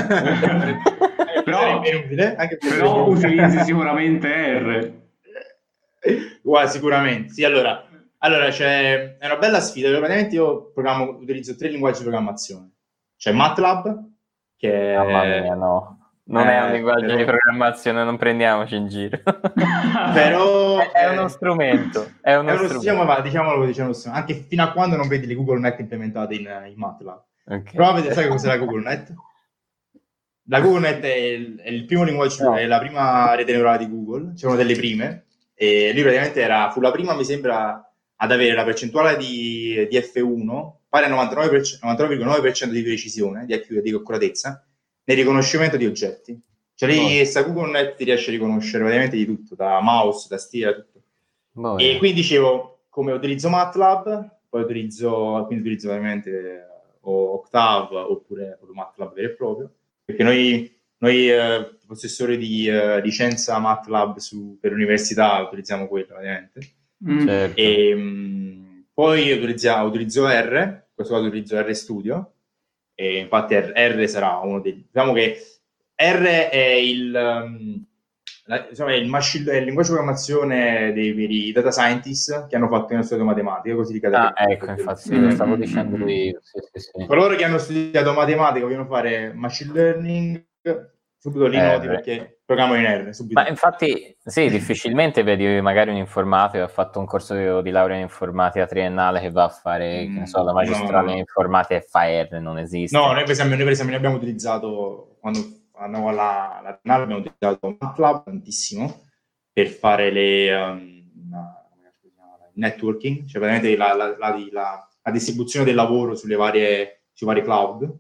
però è inutile, anche però utilizzi sicuramente R. Sicuramente, sì, allora è una bella sfida. Praticamente io utilizzo 3 linguaggi di programmazione. C'è MATLAB, che mamma mia, no. Non è un linguaggio di programmazione, non prendiamoci in giro. Però è uno strumento. È uno strumento. Diciamolo, anche fino a quando non vedi le GoogleNet implementate in MATLAB. Okay. Prova a vedere, sai cos'è la GoogleNet? La GoogleNet è il primo linguaggio, è la prima rete neurale di Google, cioè una delle prime, e lui praticamente fu la prima, mi sembra, ad avere la percentuale di F1 pari al 99,9% di precisione, di accuracy, di accuratezza, nel riconoscimento di oggetti. Cioè lì sta Google ti riesce a riconoscere veramente di tutto, da mouse, tastiera, tutto. E quindi dicevo, come utilizzo MATLAB, poi utilizzo veramente Octave oppure MATLAB vero e proprio, perché noi possessori di licenza MATLAB per l'università utilizziamo quello ovviamente. Certo. E poi utilizzo R, in questo caso utilizzo RStudio, e infatti R sarà uno dei... Diciamo che R è il linguaggio di programmazione dei veri data scientists che hanno fatto studiato matematica, così li ecco, infatti, lo stavo dicendo io. Sì. Coloro che hanno studiato matematica vogliono fare machine learning, subito li noti perché programmano in R. Subito. Ma infatti, sì, difficilmente vedi magari un informatico che ha fatto un corso di laurea in informatica triennale che va a fare, che ne so, la magistrale in informatica e fa R, non esiste. No, noi per esempio ne abbiamo utilizzato, quando andavo alla triennale abbiamo utilizzato MATLAB tantissimo per fare il networking, cioè praticamente la distribuzione del lavoro sui vari cloud.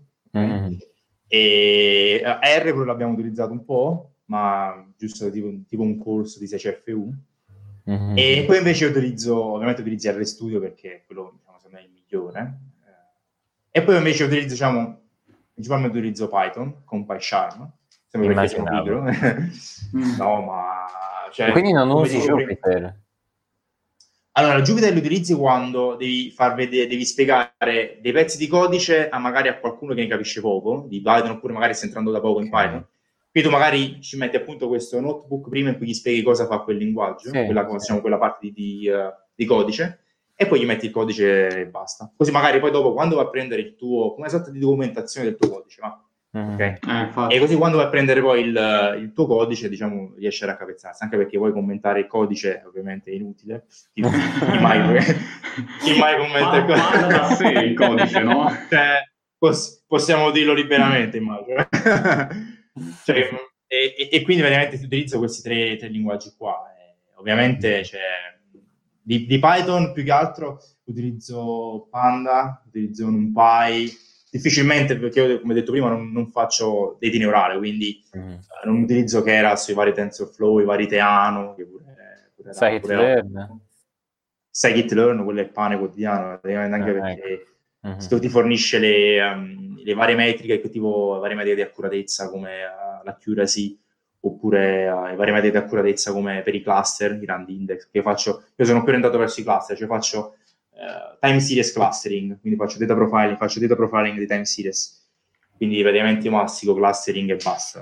E R quello l'abbiamo utilizzato un po', ma giusto tipo un corso di 6CFU. E poi invece ovviamente utilizzo RStudio perché quello, diciamo, secondo me è il migliore. E poi invece principalmente utilizzo Python con PyCharm, sempre perché sono pigro. No, ma... Cioè, quindi non usi Jupyter? Allora, Jupyter lo utilizzi quando devi spiegare dei pezzi di codice magari a qualcuno che ne capisce poco, di Python, oppure magari sta entrando da poco in Python. Quindi tu magari ci metti appunto questo notebook prima in cui gli spieghi cosa fa quel linguaggio, quella parte di codice, e poi gli metti il codice e basta. Così magari poi dopo, quando va a prendere il tuo, come sorta di documentazione del tuo codice, va? Okay? E così quando va a prendere poi il tuo codice, diciamo, riesce a raccapezzarsi, anche perché poi commentare il codice ovviamente è inutile. Chi mai commenta il codice? Parla da sé il codice, no? Cioè, possiamo dirlo liberamente, immagino. Cioè, e quindi veramente utilizzo questi tre linguaggi qua. Ovviamente di Python più che altro utilizzo Panda, utilizzo NumPy. Difficilmente, perché io, come detto prima, non faccio reti neurali, quindi non utilizzo Keras, i vari TensorFlow, i vari Theano, che pure Scikit-learn, quello è il pane quotidiano, anche perché se ti fornisce le varie metriche, tipo varie metriche di accuratezza come l'accuracy, oppure le varie metriche di accuratezza come per i cluster, i rand index, che io sono più orientato verso i cluster, cioè faccio time series clustering, quindi faccio data profiling di time series, quindi praticamente massico clustering e basta.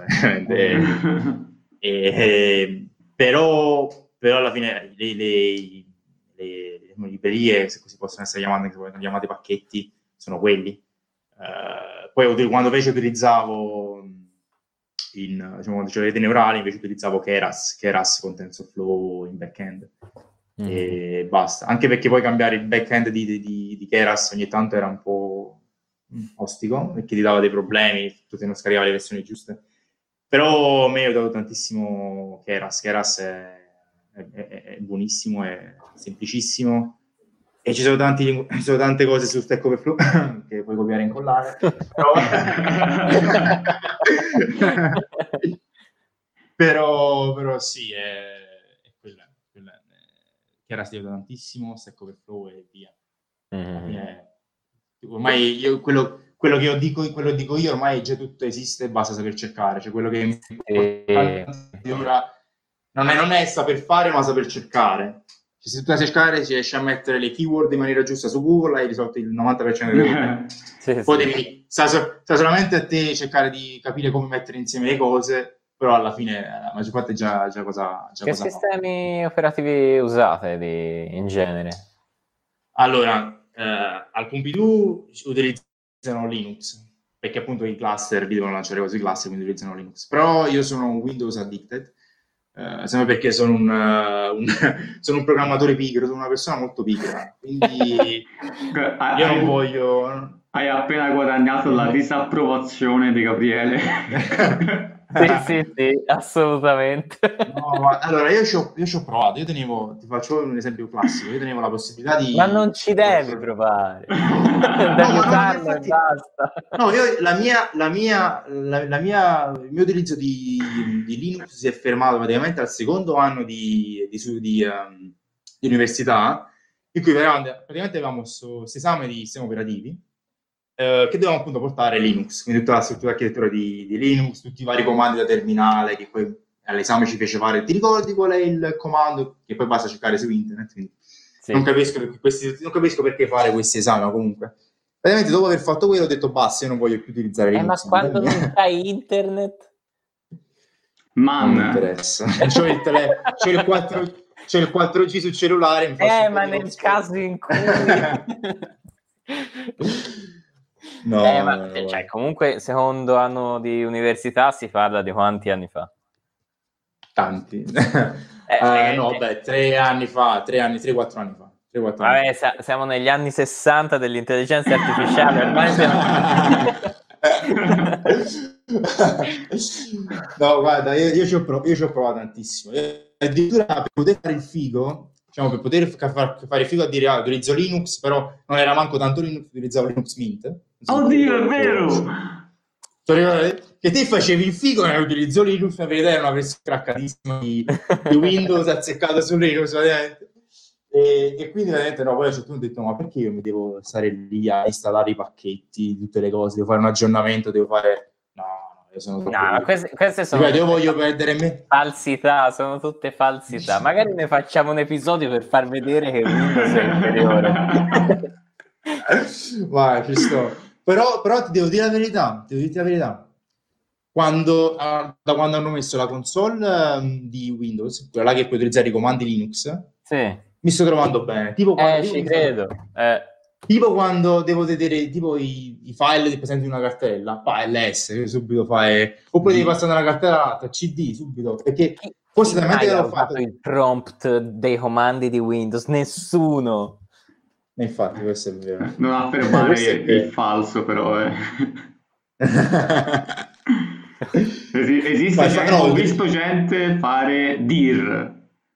Però alla fine le librerie, se così possono essere chiamate pacchetti, sono quelli. Poi quando invece utilizzavo diciamo, reti neurali, invece utilizzavo Keras con TensorFlow in backend. E basta, anche perché poi cambiare il backend di Keras ogni tanto era un po' ostico, perché ti dava dei problemi, tu non scaricavi le versioni giuste. Però a me ho dato tantissimo Keras è buonissimo, è semplicissimo, e ci sono tante cose su Stack Overflow che puoi copiare e incollare, però sì, è quella. Keras ti aiuta tantissimo, Stack Overflow e via. Ormai quello che dico io ormai già tutto esiste, basta saper cercare, cioè quello che ora non è saper fare, ma saper cercare. Cioè, se tu sai cercare, riesci a mettere le keyword in maniera giusta su Google, hai risolto il 90% delle cose. Poi devi sta solamente a te cercare di capire come mettere insieme le cose, però alla fine la maggior parte già cosa che cosa sistemi operativi usate in genere? Allora, al Pompidou utilizzano Linux, perché appunto i cluster devono lanciare cose di cluster, quindi utilizzano Linux. Però io sono Windows addicted, sempre perché sono un programmatore pigro, sono una persona molto pigra, quindi io non voglio... Hai appena guadagnato la disapprovazione di Gabriele. Sì, assolutamente. No, ma allora io ci ho provato, ti faccio un esempio classico, io tenevo la possibilità di... Ma non ci devi provare, No, devi ma usarlo e infatti... basta. No, io, il mio utilizzo di Linux si è fermato praticamente al secondo anno di università, in cui praticamente avevamo questo esame di sistemi operativi che dovevamo appunto portare Linux, quindi tutta la struttura architettura di Linux, tutti i vari comandi da terminale che poi all'esame ci fece fare. Ti ricordi qual è il comando? Che poi basta cercare su internet. Quindi Sì. non capisco perché fare questi esami, ma comunque. Praticamente dopo aver fatto quello ho detto basta, io non voglio più utilizzare Linux. Ma quando non hai internet? Non mi interessa. C'ho il 4G sul cellulare. Ma nel caso in cui... No, cioè, comunque secondo anno di università si parla di quanti anni fa? Tanti. No, beh, 3 anni fa, 4 anni fa. Vabbè, siamo negli anni 60 dell'intelligenza artificiale, ormai No, guarda, io ci ho provato tantissimo. Addirittura per poter fare il figo, diciamo, per poter fare il figo a dire utilizzo Linux, però non era manco tanto Linux, utilizzavo Linux Mint. Oddio, è vero! Che te facevi il figo e utilizzo Linux, la verità era una versione craccatissima di Windows azzeccata su Linux, ovviamente. E quindi veramente no, poi a un certo punto ho detto ma perché io mi devo stare lì a installare i pacchetti, tutte le cose, devo fare un aggiornamento, devo fare... No, io sono troppo... queste sono io voglio perdere me. Falsità, sono tutte falsità. Magari ne facciamo un episodio per far vedere che Windows è inferiore. Vai, ci sto. Però ti devo dire la verità, da quando hanno messo la console di Windows, quella là che puoi utilizzare i comandi Linux, sì, mi sto trovando bene. Tipo quando ci credo. Tipo quando devo vedere tipo i file presenti in una cartella, LS, subito fai, oppure devi passare da una cartella all'altra, CD subito, perché forse talmente l'ho fatto il prompt dei comandi di Windows, nessuno. Infatti, questo è vero. Non affermare il falso, però. Esiste, ho visto gente fare dir.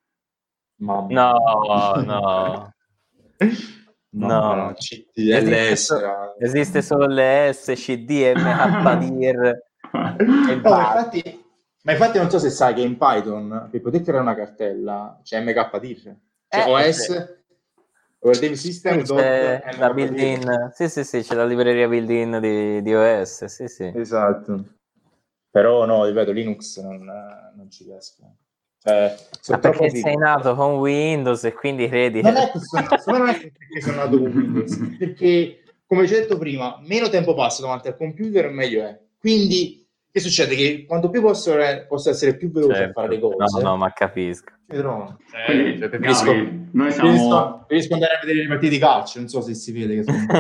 No. CDLS. Esiste solo l'ES, CD, MHDIR. Ma infatti non so se sai che in Python per poter creare una cartella c'è MKDIR, cioè OS Operating System c'è la build-in, sì, c'è la libreria build-in di OS, sì. Esatto. Però no, ripeto, Linux non ci riesco. Perché sei nato con Windows e quindi credi... Non è perché sono nato con Windows, perché come ci ho detto prima, meno tempo passa davanti al computer meglio è. Quindi che succede? Che quanto più posso essere più veloce a fare le cose. No, ma capisco. Preferisco andare a vedere le partite di calcio, non so se si vede che sono...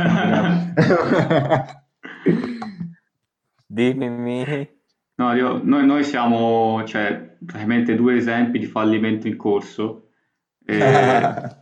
Dimmi. No, noi siamo, cioè, praticamente 2 esempi di fallimento in corso e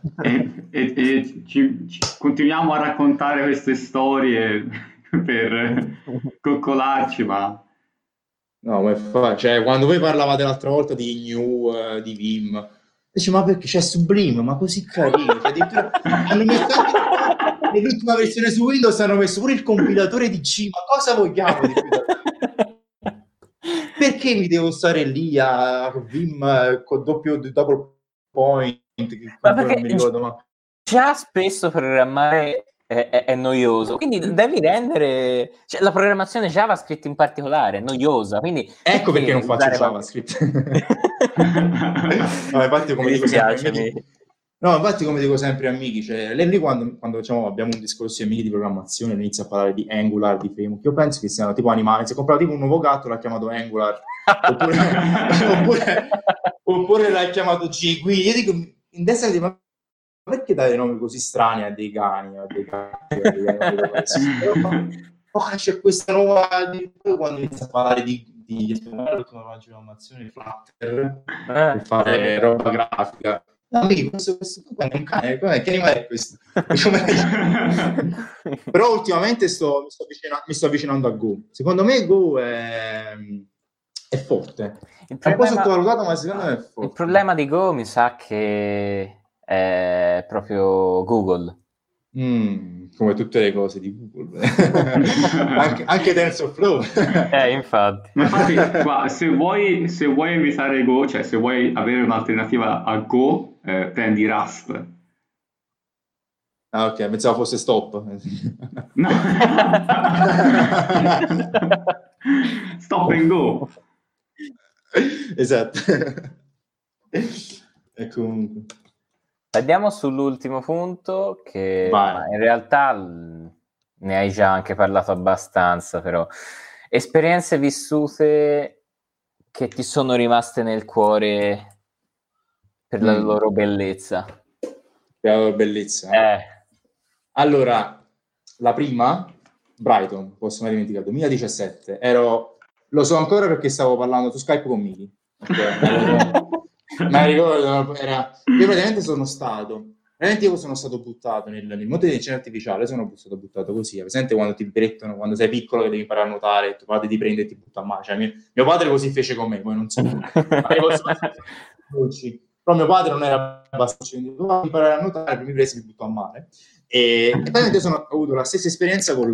continuiamo a raccontare queste storie per coccolarci, ma... No, ma cioè, quando voi parlavate l'altra volta di New, di Vim, dice, ma perché c'è Sublime, ma così carino, cioè, addirittura hanno messo anche nell'ultima versione su Windows hanno messo pure il compilatore di C, ma cosa vogliamo di più? Perché mi devo stare lì a Vim con double point? Ma perché non mi ricordo, ma... già spesso programmare è noioso, quindi devi rendere, cioè, la programmazione JavaScript in particolare è noiosa, quindi ecco perché non faccio JavaScript. No, infatti come dico sempre a amici, cioè lì quando diciamo, abbiamo un discorso di amici di programmazione inizia a parlare di Angular, di Framework, io penso che siano tipo animali, si è comprato tipo un nuovo gatto, l'ha chiamato Angular oppure l'ha chiamato G, io dico in destra di me, perché dare nomi così strani a dei cani, a dei gatti, c'è questa nuova, quando inizia a parlare di programmazione Flutter per fare roba grafica, No, Miki, questo qua è un cane, che animale è questo? Però ultimamente mi sto avvicinando a Go. Secondo me Go è forte. È un po' sottovalutato, ma secondo me è forte. Il problema di Go mi sa che è proprio Google. Come tutte le cose di Google. anche TensorFlow. Infatti. Infatti, qua, se vuoi evitare Go, cioè se vuoi avere un'alternativa a Go, prendi Rust. Ah, ok, pensavo fosse Stop. No. Stop and Go. Esatto. E comunque. Andiamo sull'ultimo punto, che Vai. in realtà ne hai già anche parlato abbastanza, però esperienze vissute che ti sono rimaste nel cuore per la loro bellezza. Per la loro bellezza? Allora, la prima, Brighton, posso mai dimenticare, 2017, lo so ancora perché stavo parlando su Skype con Miki. Okay? Ma ricordo, io praticamente io sono stato buttato nel mondo dell'intelligenza artificiale, sono stato buttato così, presente quando ti brettano, quando sei piccolo che devi imparare a nuotare, tuo padre ti prende e ti butta a mare, cioè mio padre così fece con me, poi non so, però mio padre non era abbastanza, quindi dovevo imparare a nuotare, poi mi prese e mi buttò a mare, e praticamente ho avuto la stessa esperienza col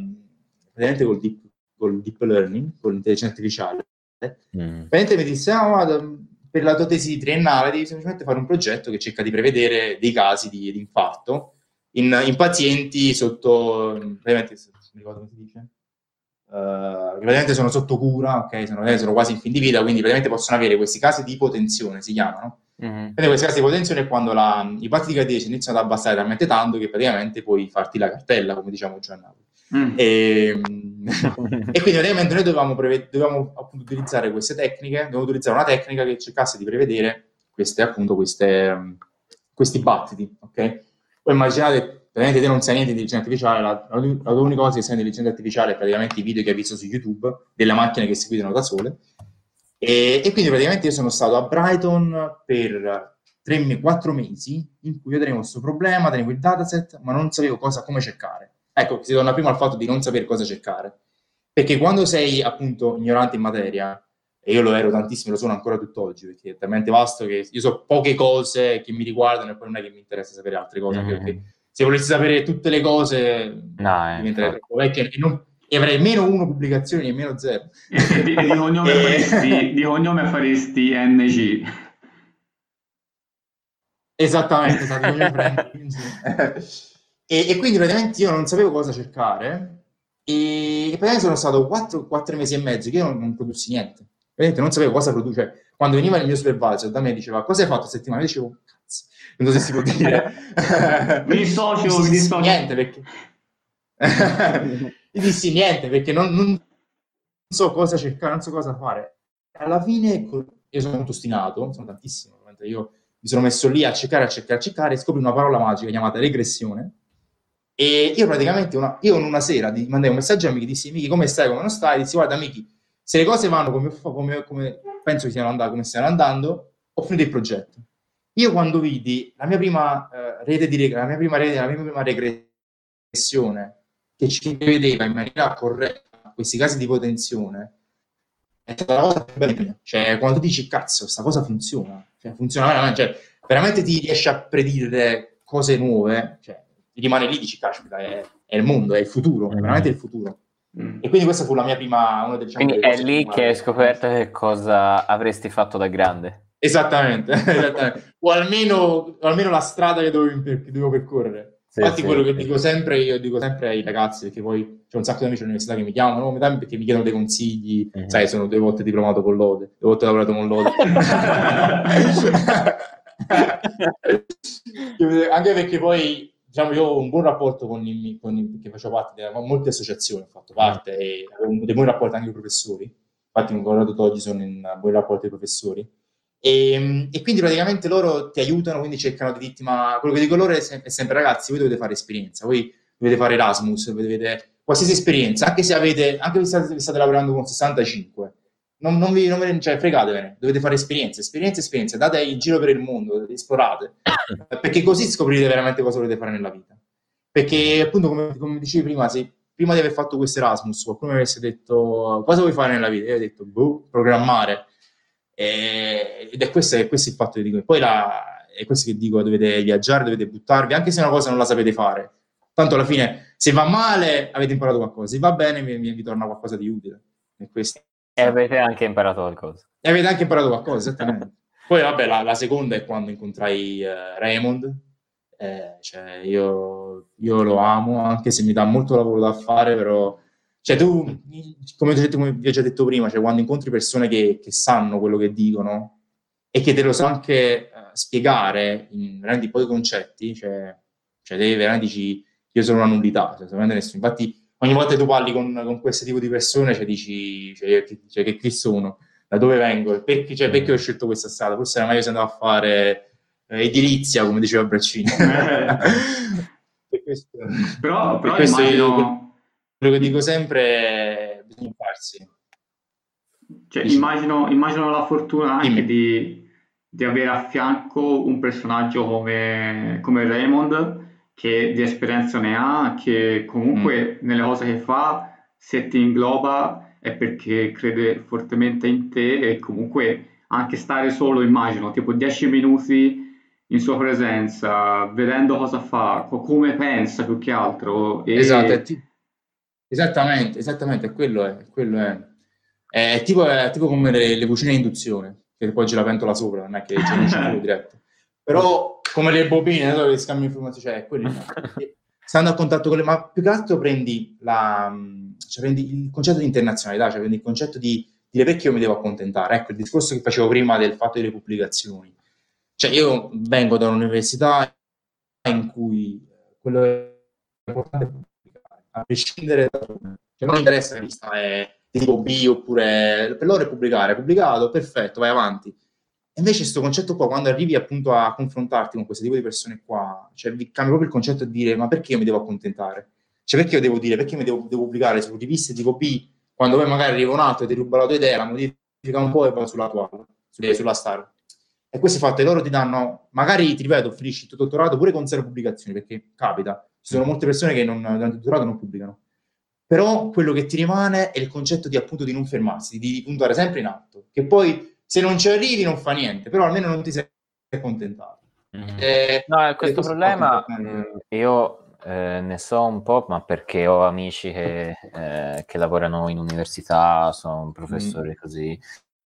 deep learning, con l'intelligenza artificiale. Praticamente mi disse, guarda, per la tua tesi triennale devi semplicemente fare un progetto che cerca di prevedere dei casi di infarto in pazienti sotto, praticamente, non mi ricordo come si dice, praticamente sono sotto cura, ok? Sono quasi in fin di vita, quindi praticamente possono avere questi casi di ipotensione, si chiamano. Quindi questi casi di ipotensione è quando i battiti cardiaci iniziano ad abbassare talmente tanto che praticamente puoi farti la cartella, come diciamo già a Napoli. E quindi praticamente noi dovevamo appunto utilizzare queste tecniche, dovevamo utilizzare una tecnica che cercasse di prevedere questi battiti, ok? Poi immaginate, praticamente te non sai niente di intelligenza artificiale, la unica cosa che sai di intelligenza artificiale è praticamente i video che hai visto su YouTube delle macchine che si guidano da sole, e quindi praticamente io sono stato a Brighton per 4 mesi in cui io tenevo questo problema, tenevo il dataset, ma non sapevo come cercare. Ecco, si torna prima al fatto di non sapere cosa cercare, perché quando sei appunto ignorante in materia, e io lo ero tantissimo, lo sono ancora tutt'oggi, perché è talmente vasto che io so poche cose che mi riguardano e poi non è che mi interessa sapere altre cose, anche perché se volessi sapere tutte le cose diventerei troppo vecchio e avrei meno 1 pubblicazioni e meno 0. Di cognome faresti NG. Esattamente, e quindi praticamente io non sapevo cosa cercare e praticamente sono stato 4 mesi e mezzo che io non produssi niente. Praticamente non sapevo cosa produce. Quando veniva il mio supervisor da me e diceva cosa hai fatto settimana, io dicevo cazzo, non so se si può dire. Mi dissocio. Niente perché io dissi niente perché non so cosa cercare, non so cosa fare. Alla fine io sono molto ostinato, sono tantissimo, io mi sono messo lì a cercare e scopri una parola magica chiamata regressione. E io praticamente una sera mandai un messaggio a Miki, dissi Miki come stai, come non stai? Dissi guarda Miki, se le cose vanno come penso che stiano andando, come stiano andando, ho finito il progetto. Io quando vidi la mia prima regressione che ci vedeva in maniera corretta questi casi di ipotensione, è stata la cosa più bella. Cioè quando tu dici cazzo, sta cosa funziona, cioè funziona veramente, cioè veramente ti riesci a predire cose nuove, cioè rimane lì, dici caspita, è il mondo, è il futuro, è veramente il futuro. E quindi questa fu la mia prima, una delle quindi è lì che hai scoperto che cosa avresti fatto da grande. Esattamente. o almeno la strada che dovevo percorrere. Infatti quello che dico sempre, io dico sempre ai ragazzi, perché poi c'è un sacco di amici all'università che mi chiamano, perché mi chiedono dei consigli, sai, sono 2 volte diplomato con l'Ode, 2 volte lavorato con l'Ode. Anche perché poi diciamo io ho un buon rapporto perché facevo parte di molte associazioni, ho fatto parte e avevo dei buoni rapporti anche con i professori, infatti con Corrado oggi sono in buoni rapporti con i professori e quindi praticamente loro ti aiutano, quindi cercano di dirti, ma quello che dico loro è sempre ragazzi, voi dovete fare esperienza, voi dovete fare Erasmus, dovete qualsiasi esperienza, anche se state lavorando con 65, cioè, fregatevene, dovete fare esperienze, date il giro per il mondo, esplorate, perché così scoprirete veramente cosa volete fare nella vita. Perché appunto, come dicevi prima, se prima di aver fatto questo Erasmus qualcuno mi avesse detto cosa vuoi fare nella vita, io ho detto programmare, ed è questo il fatto che dico. Poi è questo che dico, dovete viaggiare, dovete buttarvi, anche se una cosa non la sapete fare, tanto alla fine se va male avete imparato qualcosa, se va bene vi torna qualcosa di utile. E avete anche imparato qualcosa. Esattamente. Poi vabbè, la seconda è quando incontrai Raymond, cioè io lo amo, anche se mi dà molto lavoro da fare, però cioè tu, come vi ho già detto prima, cioè quando incontri persone che sanno quello che dicono e che te lo sanno anche spiegare in veramente pochi concetti, cioè devi veramente dici io sono una nullità, cioè, nessuno. Infatti ogni volta che tu parli con questo tipo di persone, cioè dici che chi sono, da dove vengo, perché ho scelto questa strada, forse era meglio se andavo a fare edilizia, come diceva Braccini. Però immagino... Quello che dico sempre è bisogna farsi. Cioè, immagino la fortuna anche di avere a fianco un personaggio come Raymond, che di esperienza ne ha, che comunque nelle cose che fa, se ti ingloba è perché crede fortemente in te, e comunque anche stare solo, immagino, tipo 10 minuti in sua presenza, vedendo cosa fa, come pensa più che altro. Esatto, esattamente, quello è. È tipo come le cucine a induzione, che poi c'è la pentola sopra, non è che c'è un fuoco diretto. Però come le bobine, dove scambi informazioni, cioè quelli stando a contatto con ma più che altro prendi il concetto di internazionalità, cioè prendi il concetto di dire perché io mi devo accontentare. Ecco il discorso che facevo prima del fatto delle pubblicazioni. Cioè io vengo da un'università in cui quello che è importante è pubblicare, a prescindere da cioè, non interessa che lista è tipo B oppure per loro è pubblicare, pubblicato, perfetto, vai avanti. E invece questo concetto qua, quando arrivi appunto a confrontarti con questo tipo di persone qua, cioè vi cambia proprio il concetto di dire ma perché io mi devo accontentare? Cioè perché io devo dire, perché mi devo pubblicare su riviste tipo B, quando poi magari arriva un altro e ti ruba la tua idea, la modifica un po' e va sulla tua, sulla star. E questo fatto loro ti danno, magari ti ripeto, finisci il tuo dottorato pure con 0 pubblicazioni, perché capita, ci sono molte persone che durante il dottorato non pubblicano. Però quello che ti rimane è il concetto di appunto di non fermarsi, di puntare sempre in alto, che poi se non ci arrivi non fa niente, però almeno non ti sei accontentato. No, questo problema io ne so un po', ma perché ho amici che lavorano in università, sono professori così.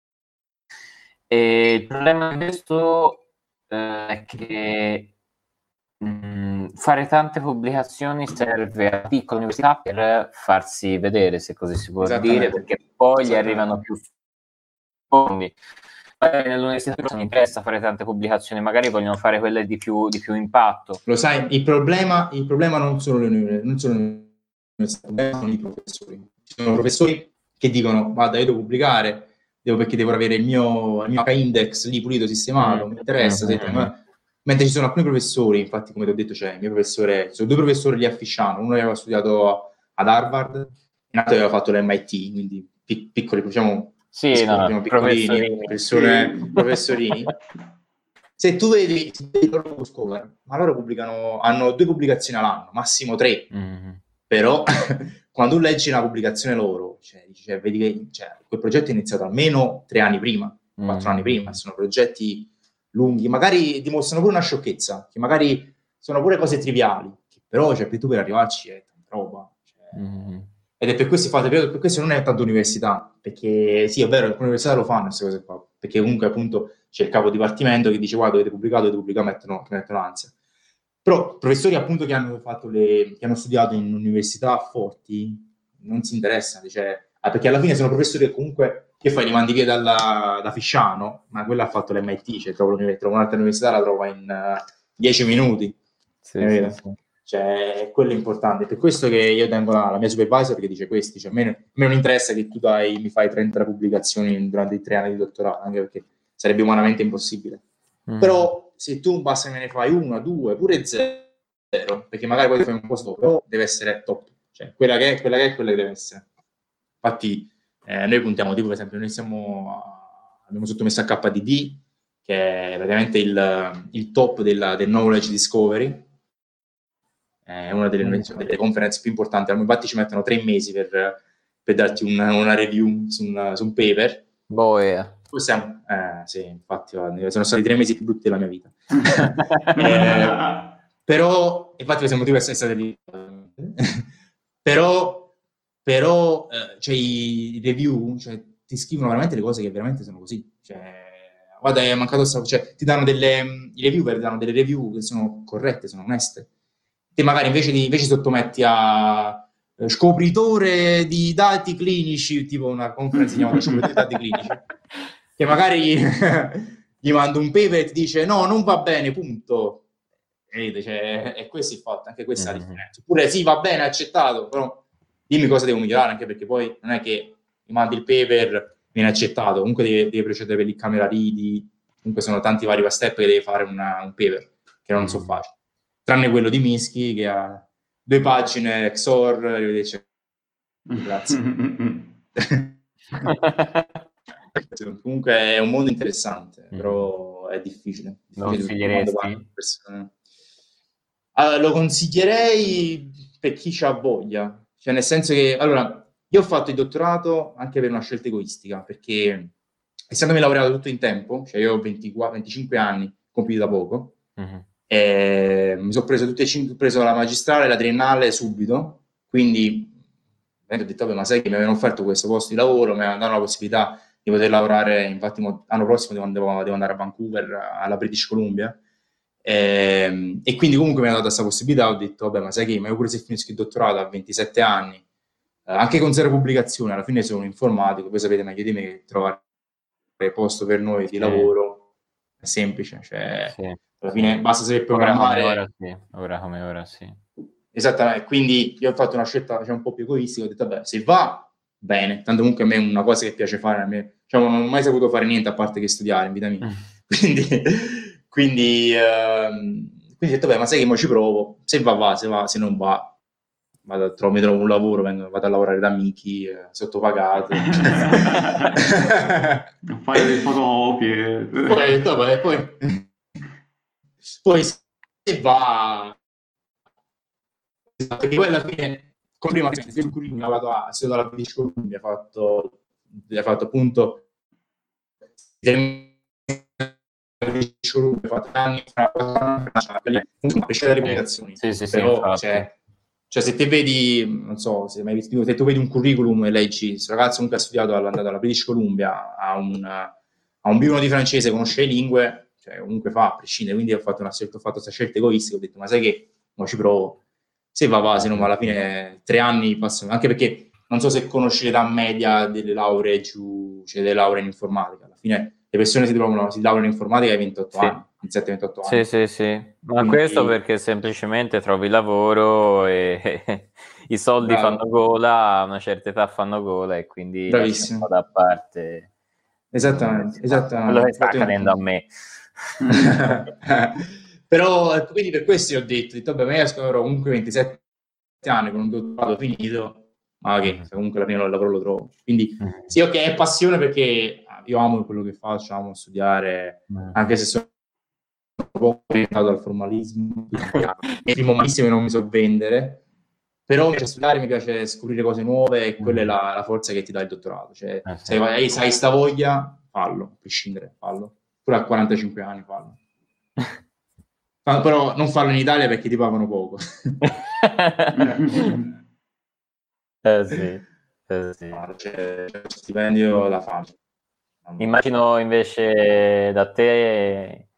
E il problema di questo è che fare tante pubblicazioni serve a piccole università per farsi vedere, se così si può dire, perché poi gli arrivano più fondi. Nell'università non interessa fare tante pubblicazioni, magari vogliono fare quelle di più impatto. Lo sai, il problema non sono le università, sono i professori. Ci sono professori che dicono guarda, io devo pubblicare, perché devo avere il mio H-index lì pulito, sistemato, mi interessa. Mentre ci sono alcuni professori, infatti come ti ho detto, c'è il mio professore, sono 2 professori lì a Fisciano, uno aveva studiato ad Harvard e l'altro aveva fatto l'MIT, quindi piccoli, diciamo, piccolini, professorini. Se tu vedi il loro Postcover, ma loro hanno 2 pubblicazioni all'anno, massimo 3. Però quando tu leggi una pubblicazione loro, vedi che quel progetto è iniziato almeno 3 anni prima, 4 anni prima, sono progetti lunghi, magari dimostrano pure una sciocchezza, che magari sono pure cose triviali, che però tu per arrivarci è tanta roba. Ed è per questo per questo non è tanto università, perché sì, è vero, alcune università lo fanno queste cose qua, perché comunque appunto c'è il capo dipartimento che dice guarda, dovete pubblicare, mettono l'ansia. Però professori appunto che hanno studiato in università forti non si interessano, perché alla fine sono professori che comunque, che fai, li mandi via da Fisciano, ma quella ha fatto l'MIT, trovo un'altra università, la trova in 10 minuti. Sì. Cioè, quello è importante. Per questo che io tengo la mia supervisor che dice questi, a me non interessa che tu mi fai 30 pubblicazioni durante i 3 anni di dottorato, anche perché sarebbe umanamente impossibile. Però se tu basta me ne fai 1, 2, pure 0, perché magari poi fai un po' stop, però deve essere top. Cioè, quella che deve essere. Infatti, Noi puntiamo, tipo per esempio, abbiamo sottomesso a KDD, che è praticamente il top del knowledge discovery, è una delle conference più importanti. Infatti ci mettono 3 mesi per darti una review su un paper. Sì, infatti sono stati 3 mesi più brutti della mia vita. Però infatti siamo tutti stati lì. però cioè, i review, cioè, ti scrivono veramente le cose che veramente sono così, cioè, guarda, è mancato cioè, ti danno i reviewer danno delle review che sono corrette, sono oneste. Te magari invece sottometti a scopritore di dati clinici, tipo una conferenza chiamata scopritore di dati clinici, che magari gli manda un paper e ti dice no, non va bene, punto. Cioè, e questo è il fatto, anche questa è la differenza. Oppure sì, va bene, accettato, però dimmi cosa devo migliorare, anche perché poi non è che mi mandi il paper, viene accettato, comunque devi procedere per il camera ready, comunque sono tanti vari step che devi fare un paper, che non sono facili. Tranne quello di Minsky, che ha 2 pagine, XOR, arrivederci. Grazie. Comunque è un mondo interessante, però è difficile. Lo consiglieresti? Allora, lo consiglierei per chi c'ha voglia, cioè nel senso che, allora, io ho fatto il dottorato anche per una scelta egoistica, perché essendomi laureato tutto in tempo, cioè io ho 25 anni, compiti da poco, mi sono preso la magistrale e la triennale subito, quindi ho detto, vabbè, ma sai che mi avevano offerto questo posto di lavoro, mi hanno dato la possibilità di poter lavorare, infatti l'anno prossimo devo andare a Vancouver, alla British Columbia, e quindi comunque mi hanno dato questa possibilità. Ho detto, vabbè, ma sai che, ma io pure se finisco il dottorato a 27 anni, anche con 0 pubblicazioni, alla fine sono un informatico, voi sapete meglio di me che trovare posto per noi di lavoro è semplice, cioè alla fine basta saper programmare. Ora come ora, sì. Esattamente, quindi io ho fatto una scelta un po' più egoistica, ho detto, vabbè, se va, bene, tanto comunque a me è una cosa che piace fare, diciamo, non ho mai saputo fare niente a parte che studiare in vita mia, quindi ho detto, beh, ma sai che mo ci provo, se va, se non va, mi trovo un lavoro, vado a lavorare da Mickey, sottopagato. Fare delle fotocopie. Poi se va... Perché poi alla fine, come prima, sul curriculum ho vado a studiare alla British Columbia, ha fatto appunto fatto anni comunque le reputazioni, però cioè se te vedi, non so se mai visto, se tu vedi un curriculum e leggi questo ragazzo comunque ha studiato, è andato alla British Columbia, ha un B1 di francese, conosce le lingue, cioè comunque fa a prescindere. Quindi ho fatto questa scelta egoistica, ho detto, ma sai che mo ci provo, se va, se non va, alla fine 3 anni passano, anche perché non so se conosci l'età media delle lauree cioè delle lauree in informatica, alla fine le persone si laureano in informatica ai 28 anni, 27-28 anni. Sì. Ma quindi... questo perché semplicemente trovi lavoro e i soldi fanno gola, a una certa età fanno gola, e quindi lasci un po' da parte. Esattamente. Quello che sta accadendo a me. Però quindi per questo io ho detto, vabbè, ma io avrò comunque 27 anni con un dottorato finito, ma che comunque alla fine il lavoro lo trovo. Quindi sì, ok, è passione, perché io amo quello che faccio, amo studiare, anche se sono un po' orientato al formalismo, il primo malissimo non mi so vendere, però mi piace studiare, mi piace scoprire cose nuove, e quella è la forza che ti dà il dottorato. Cioè, se hai sta voglia, fallo, a prescindere, fallo. Pure a 45 anni fallo. Però non farlo in Italia perché ti pagano poco. Sì. C'è stipendio da fare. Immagino invece da te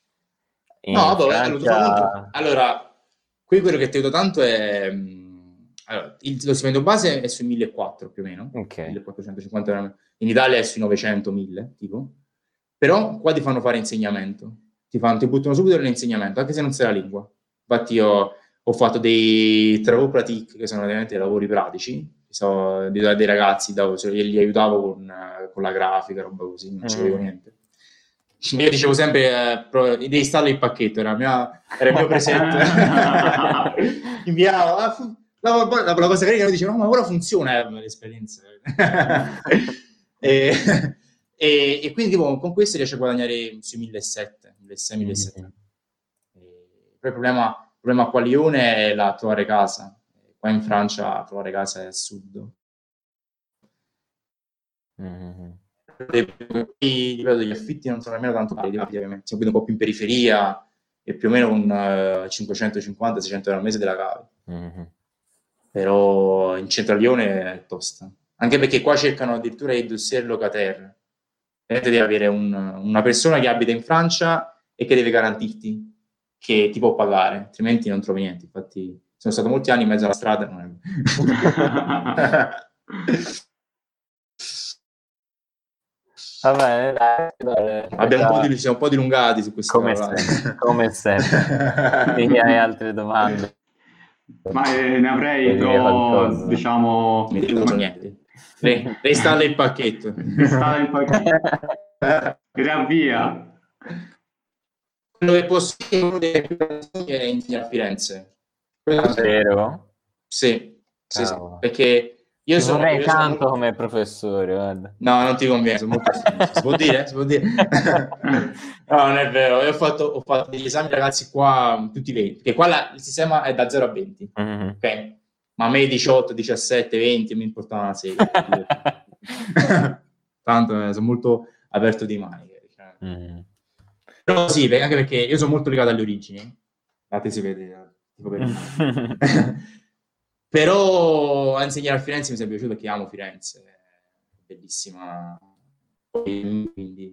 allora, qui quello che ti vedo tanto è lo stipendio base è sui 1.400 più o meno, 1.450 euro. In Italia è sui 900-1.000 tipo, però qua ti fanno fare insegnamento, ti buttano subito nell'insegnamento, anche se non sai la lingua. Infatti io ho fatto dei travaux pratiques, che sono veramente dei lavori pratici, dei ragazzi, li aiutavo con la grafica, roba così, non ci vedevo niente. Io dicevo sempre, devi installare il pacchetto, era il mio presente. Inviavo, la cosa carina, noi dicevano, no, ma ora funziona l'esperienza. e, e quindi tipo, con questo riesce a guadagnare sui 1.700, 1.600, 1.700. Poi il problema qua a Lione è la trovare casa. Qua in Francia trovare casa è assurdo. Ripeto, gli affitti non sono nemmeno tanto cari, ovviamente. Siamo un po' più in periferia e più o meno con 550-600 euro al mese della cavi. Però in centro a Lione è tosta. Anche perché qua cercano addirittura i dossier locataire. Devi avere una persona che abita in Francia e che deve garantirti che ti può pagare, altrimenti non trovi niente. Infatti sono stato molti anni in mezzo alla strada. Va bene, dai. Siamo un po' dilungati su questo. Come sempre. E hai altre domande? Ma ne avrei, però diciamo... Non so niente. Reinstalla il pacchetto. E riavvia. Quello che posso dire è insegnare a Firenze. Vero? Sì, perché io vorrei tanto come professore, guarda. No, non ti conviene, sono molto si può dire? No, non è vero, io ho fatto degli esami ragazzi qua tutti 20, perché qua il sistema è da 0 a 20, ok? Ma a me 18, 17, 20 mi importava una sega. Tanto sono molto aperto di maniche. Però sì, anche perché io sono molto legato alle origini. La tesi vede, tipo però a insegnare a Firenze mi è piaciuto perché amo Firenze, è bellissima. Quindi...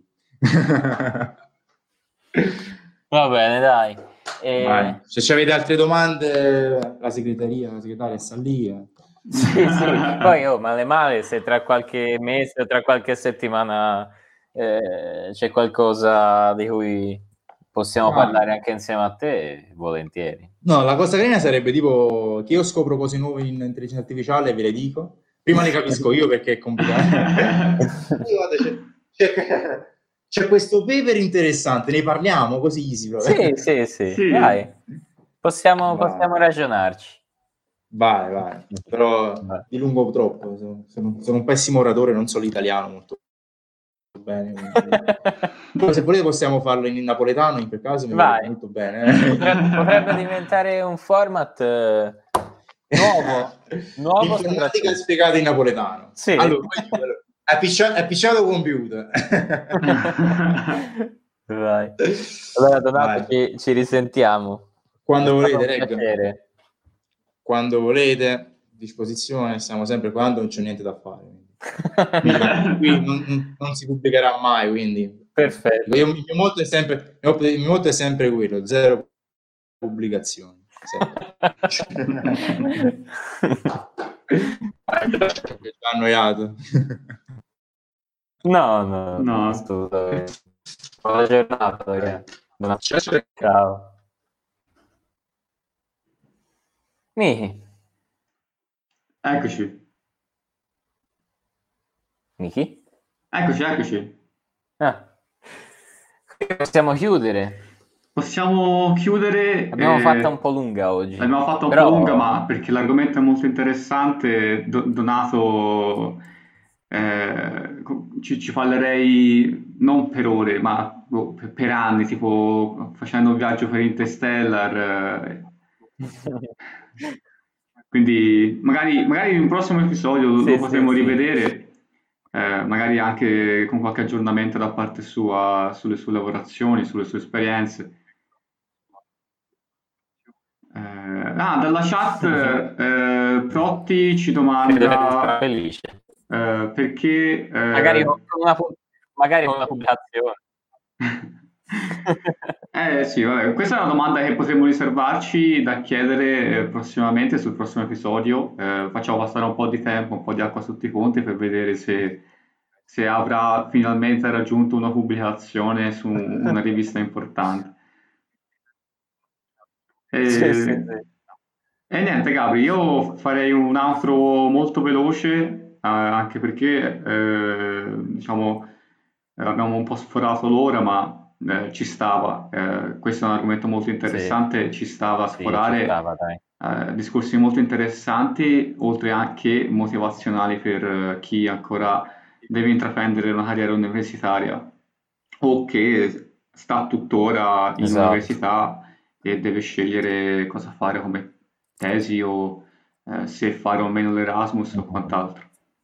Va bene, dai. Se avete altre domande, la segretaria sta lì. Sì. Poi, male, se tra qualche mese o tra qualche settimana c'è qualcosa di cui possiamo parlare anche insieme a te, volentieri. No, la cosa carina sarebbe tipo che io scopro cose nuove in intelligenza artificiale e ve le dico. Prima le capisco io perché è complicato. C'è questo paper interessante, ne parliamo così easy. Sì. Dai, possiamo ragionarci. Vai. Però di lungo troppo. Sono un pessimo oratore, non so l'italiano molto bene. Se volete possiamo farlo in napoletano, in quel caso mi va molto bene. Potrebbe diventare un format nuovo informatica spiegata in napoletano. Sì. Allora, è picciato computer. Vai. Allora Donato, ci risentiamo quando volete, a disposizione, siamo sempre quando non c'è niente da fare. Qui non si pubblicherà mai, quindi perfetto. Il mio motto è sempre quello: 0 pubblicazioni. Annoiato. No, assolutamente. Buona giornata, ciao. Michi. Eccoci. Michi? Eccoci. Possiamo chiudere. Abbiamo fatta un po' lunga oggi. L'abbiamo fatta un po' lunga, ma perché l'argomento è molto interessante. Donato, ci parlerei non per ore, ma per anni, tipo facendo un viaggio per Interstellar. Quindi magari in un prossimo episodio lo potremo rivedere. Magari anche con qualche aggiornamento da parte sua sulle sue lavorazioni, sulle sue esperienze. Dalla chat Protti ci domanda perché magari con una pubblicazione. Sì, vabbè. Questa è una domanda che potremmo riservarci da chiedere prossimamente sul prossimo episodio. Facciamo passare un po' di tempo, un po' di acqua sotto i ponti per vedere se avrà finalmente raggiunto una pubblicazione su una rivista importante. E niente, Gabri, io farei un outro molto veloce, anche perché diciamo abbiamo un po' sforato l'ora, ma ci stava. Questo è un argomento molto interessante, ci stava a sforare. discorsi molto interessanti, oltre anche motivazionali per chi ancora deve intraprendere una carriera universitaria o che sta tuttora in Esatto. università e deve scegliere cosa fare come tesi o se fare o meno l'Erasmus o quant'altro.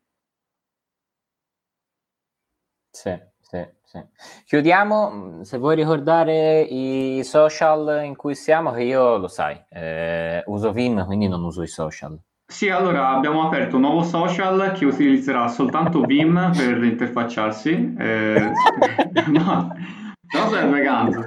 Sì, sì, sì. Chiudiamo, se vuoi ricordare i social in cui siamo, che io lo sai, uso Vim, quindi non uso i social. Sì, allora abbiamo aperto un nuovo social che utilizzerà soltanto Vim per interfacciarsi. No, no, serve ganzo.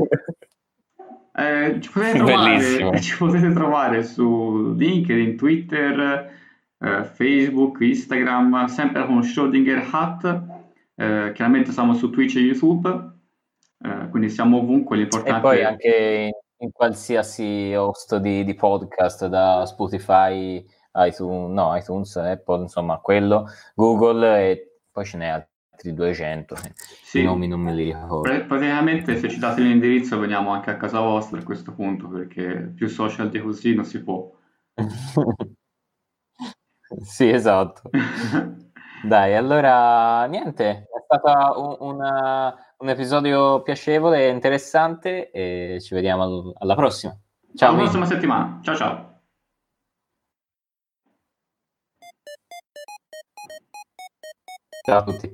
Bellissimo. Ci potete trovare su LinkedIn, Twitter, Facebook, Instagram, sempre con Schrödinger Hat. Chiaramente siamo su Twitch e YouTube, quindi siamo ovunque. E poi L'importante anche in qualsiasi host di podcast, da Spotify, iTunes, Apple, insomma, quello, Google, e poi ce n'è altri 200, sì, i nomi non me li ricordo. praticamente se ci date l'indirizzo veniamo anche a casa vostra a questo punto, perché più social di così non si può. Sì, esatto. Dai, allora niente, è stato un episodio piacevole e interessante, e ci vediamo alla prossima. Ciao, Alla Vini. prossima settimana. Ciao ciao. Ciao a tutti.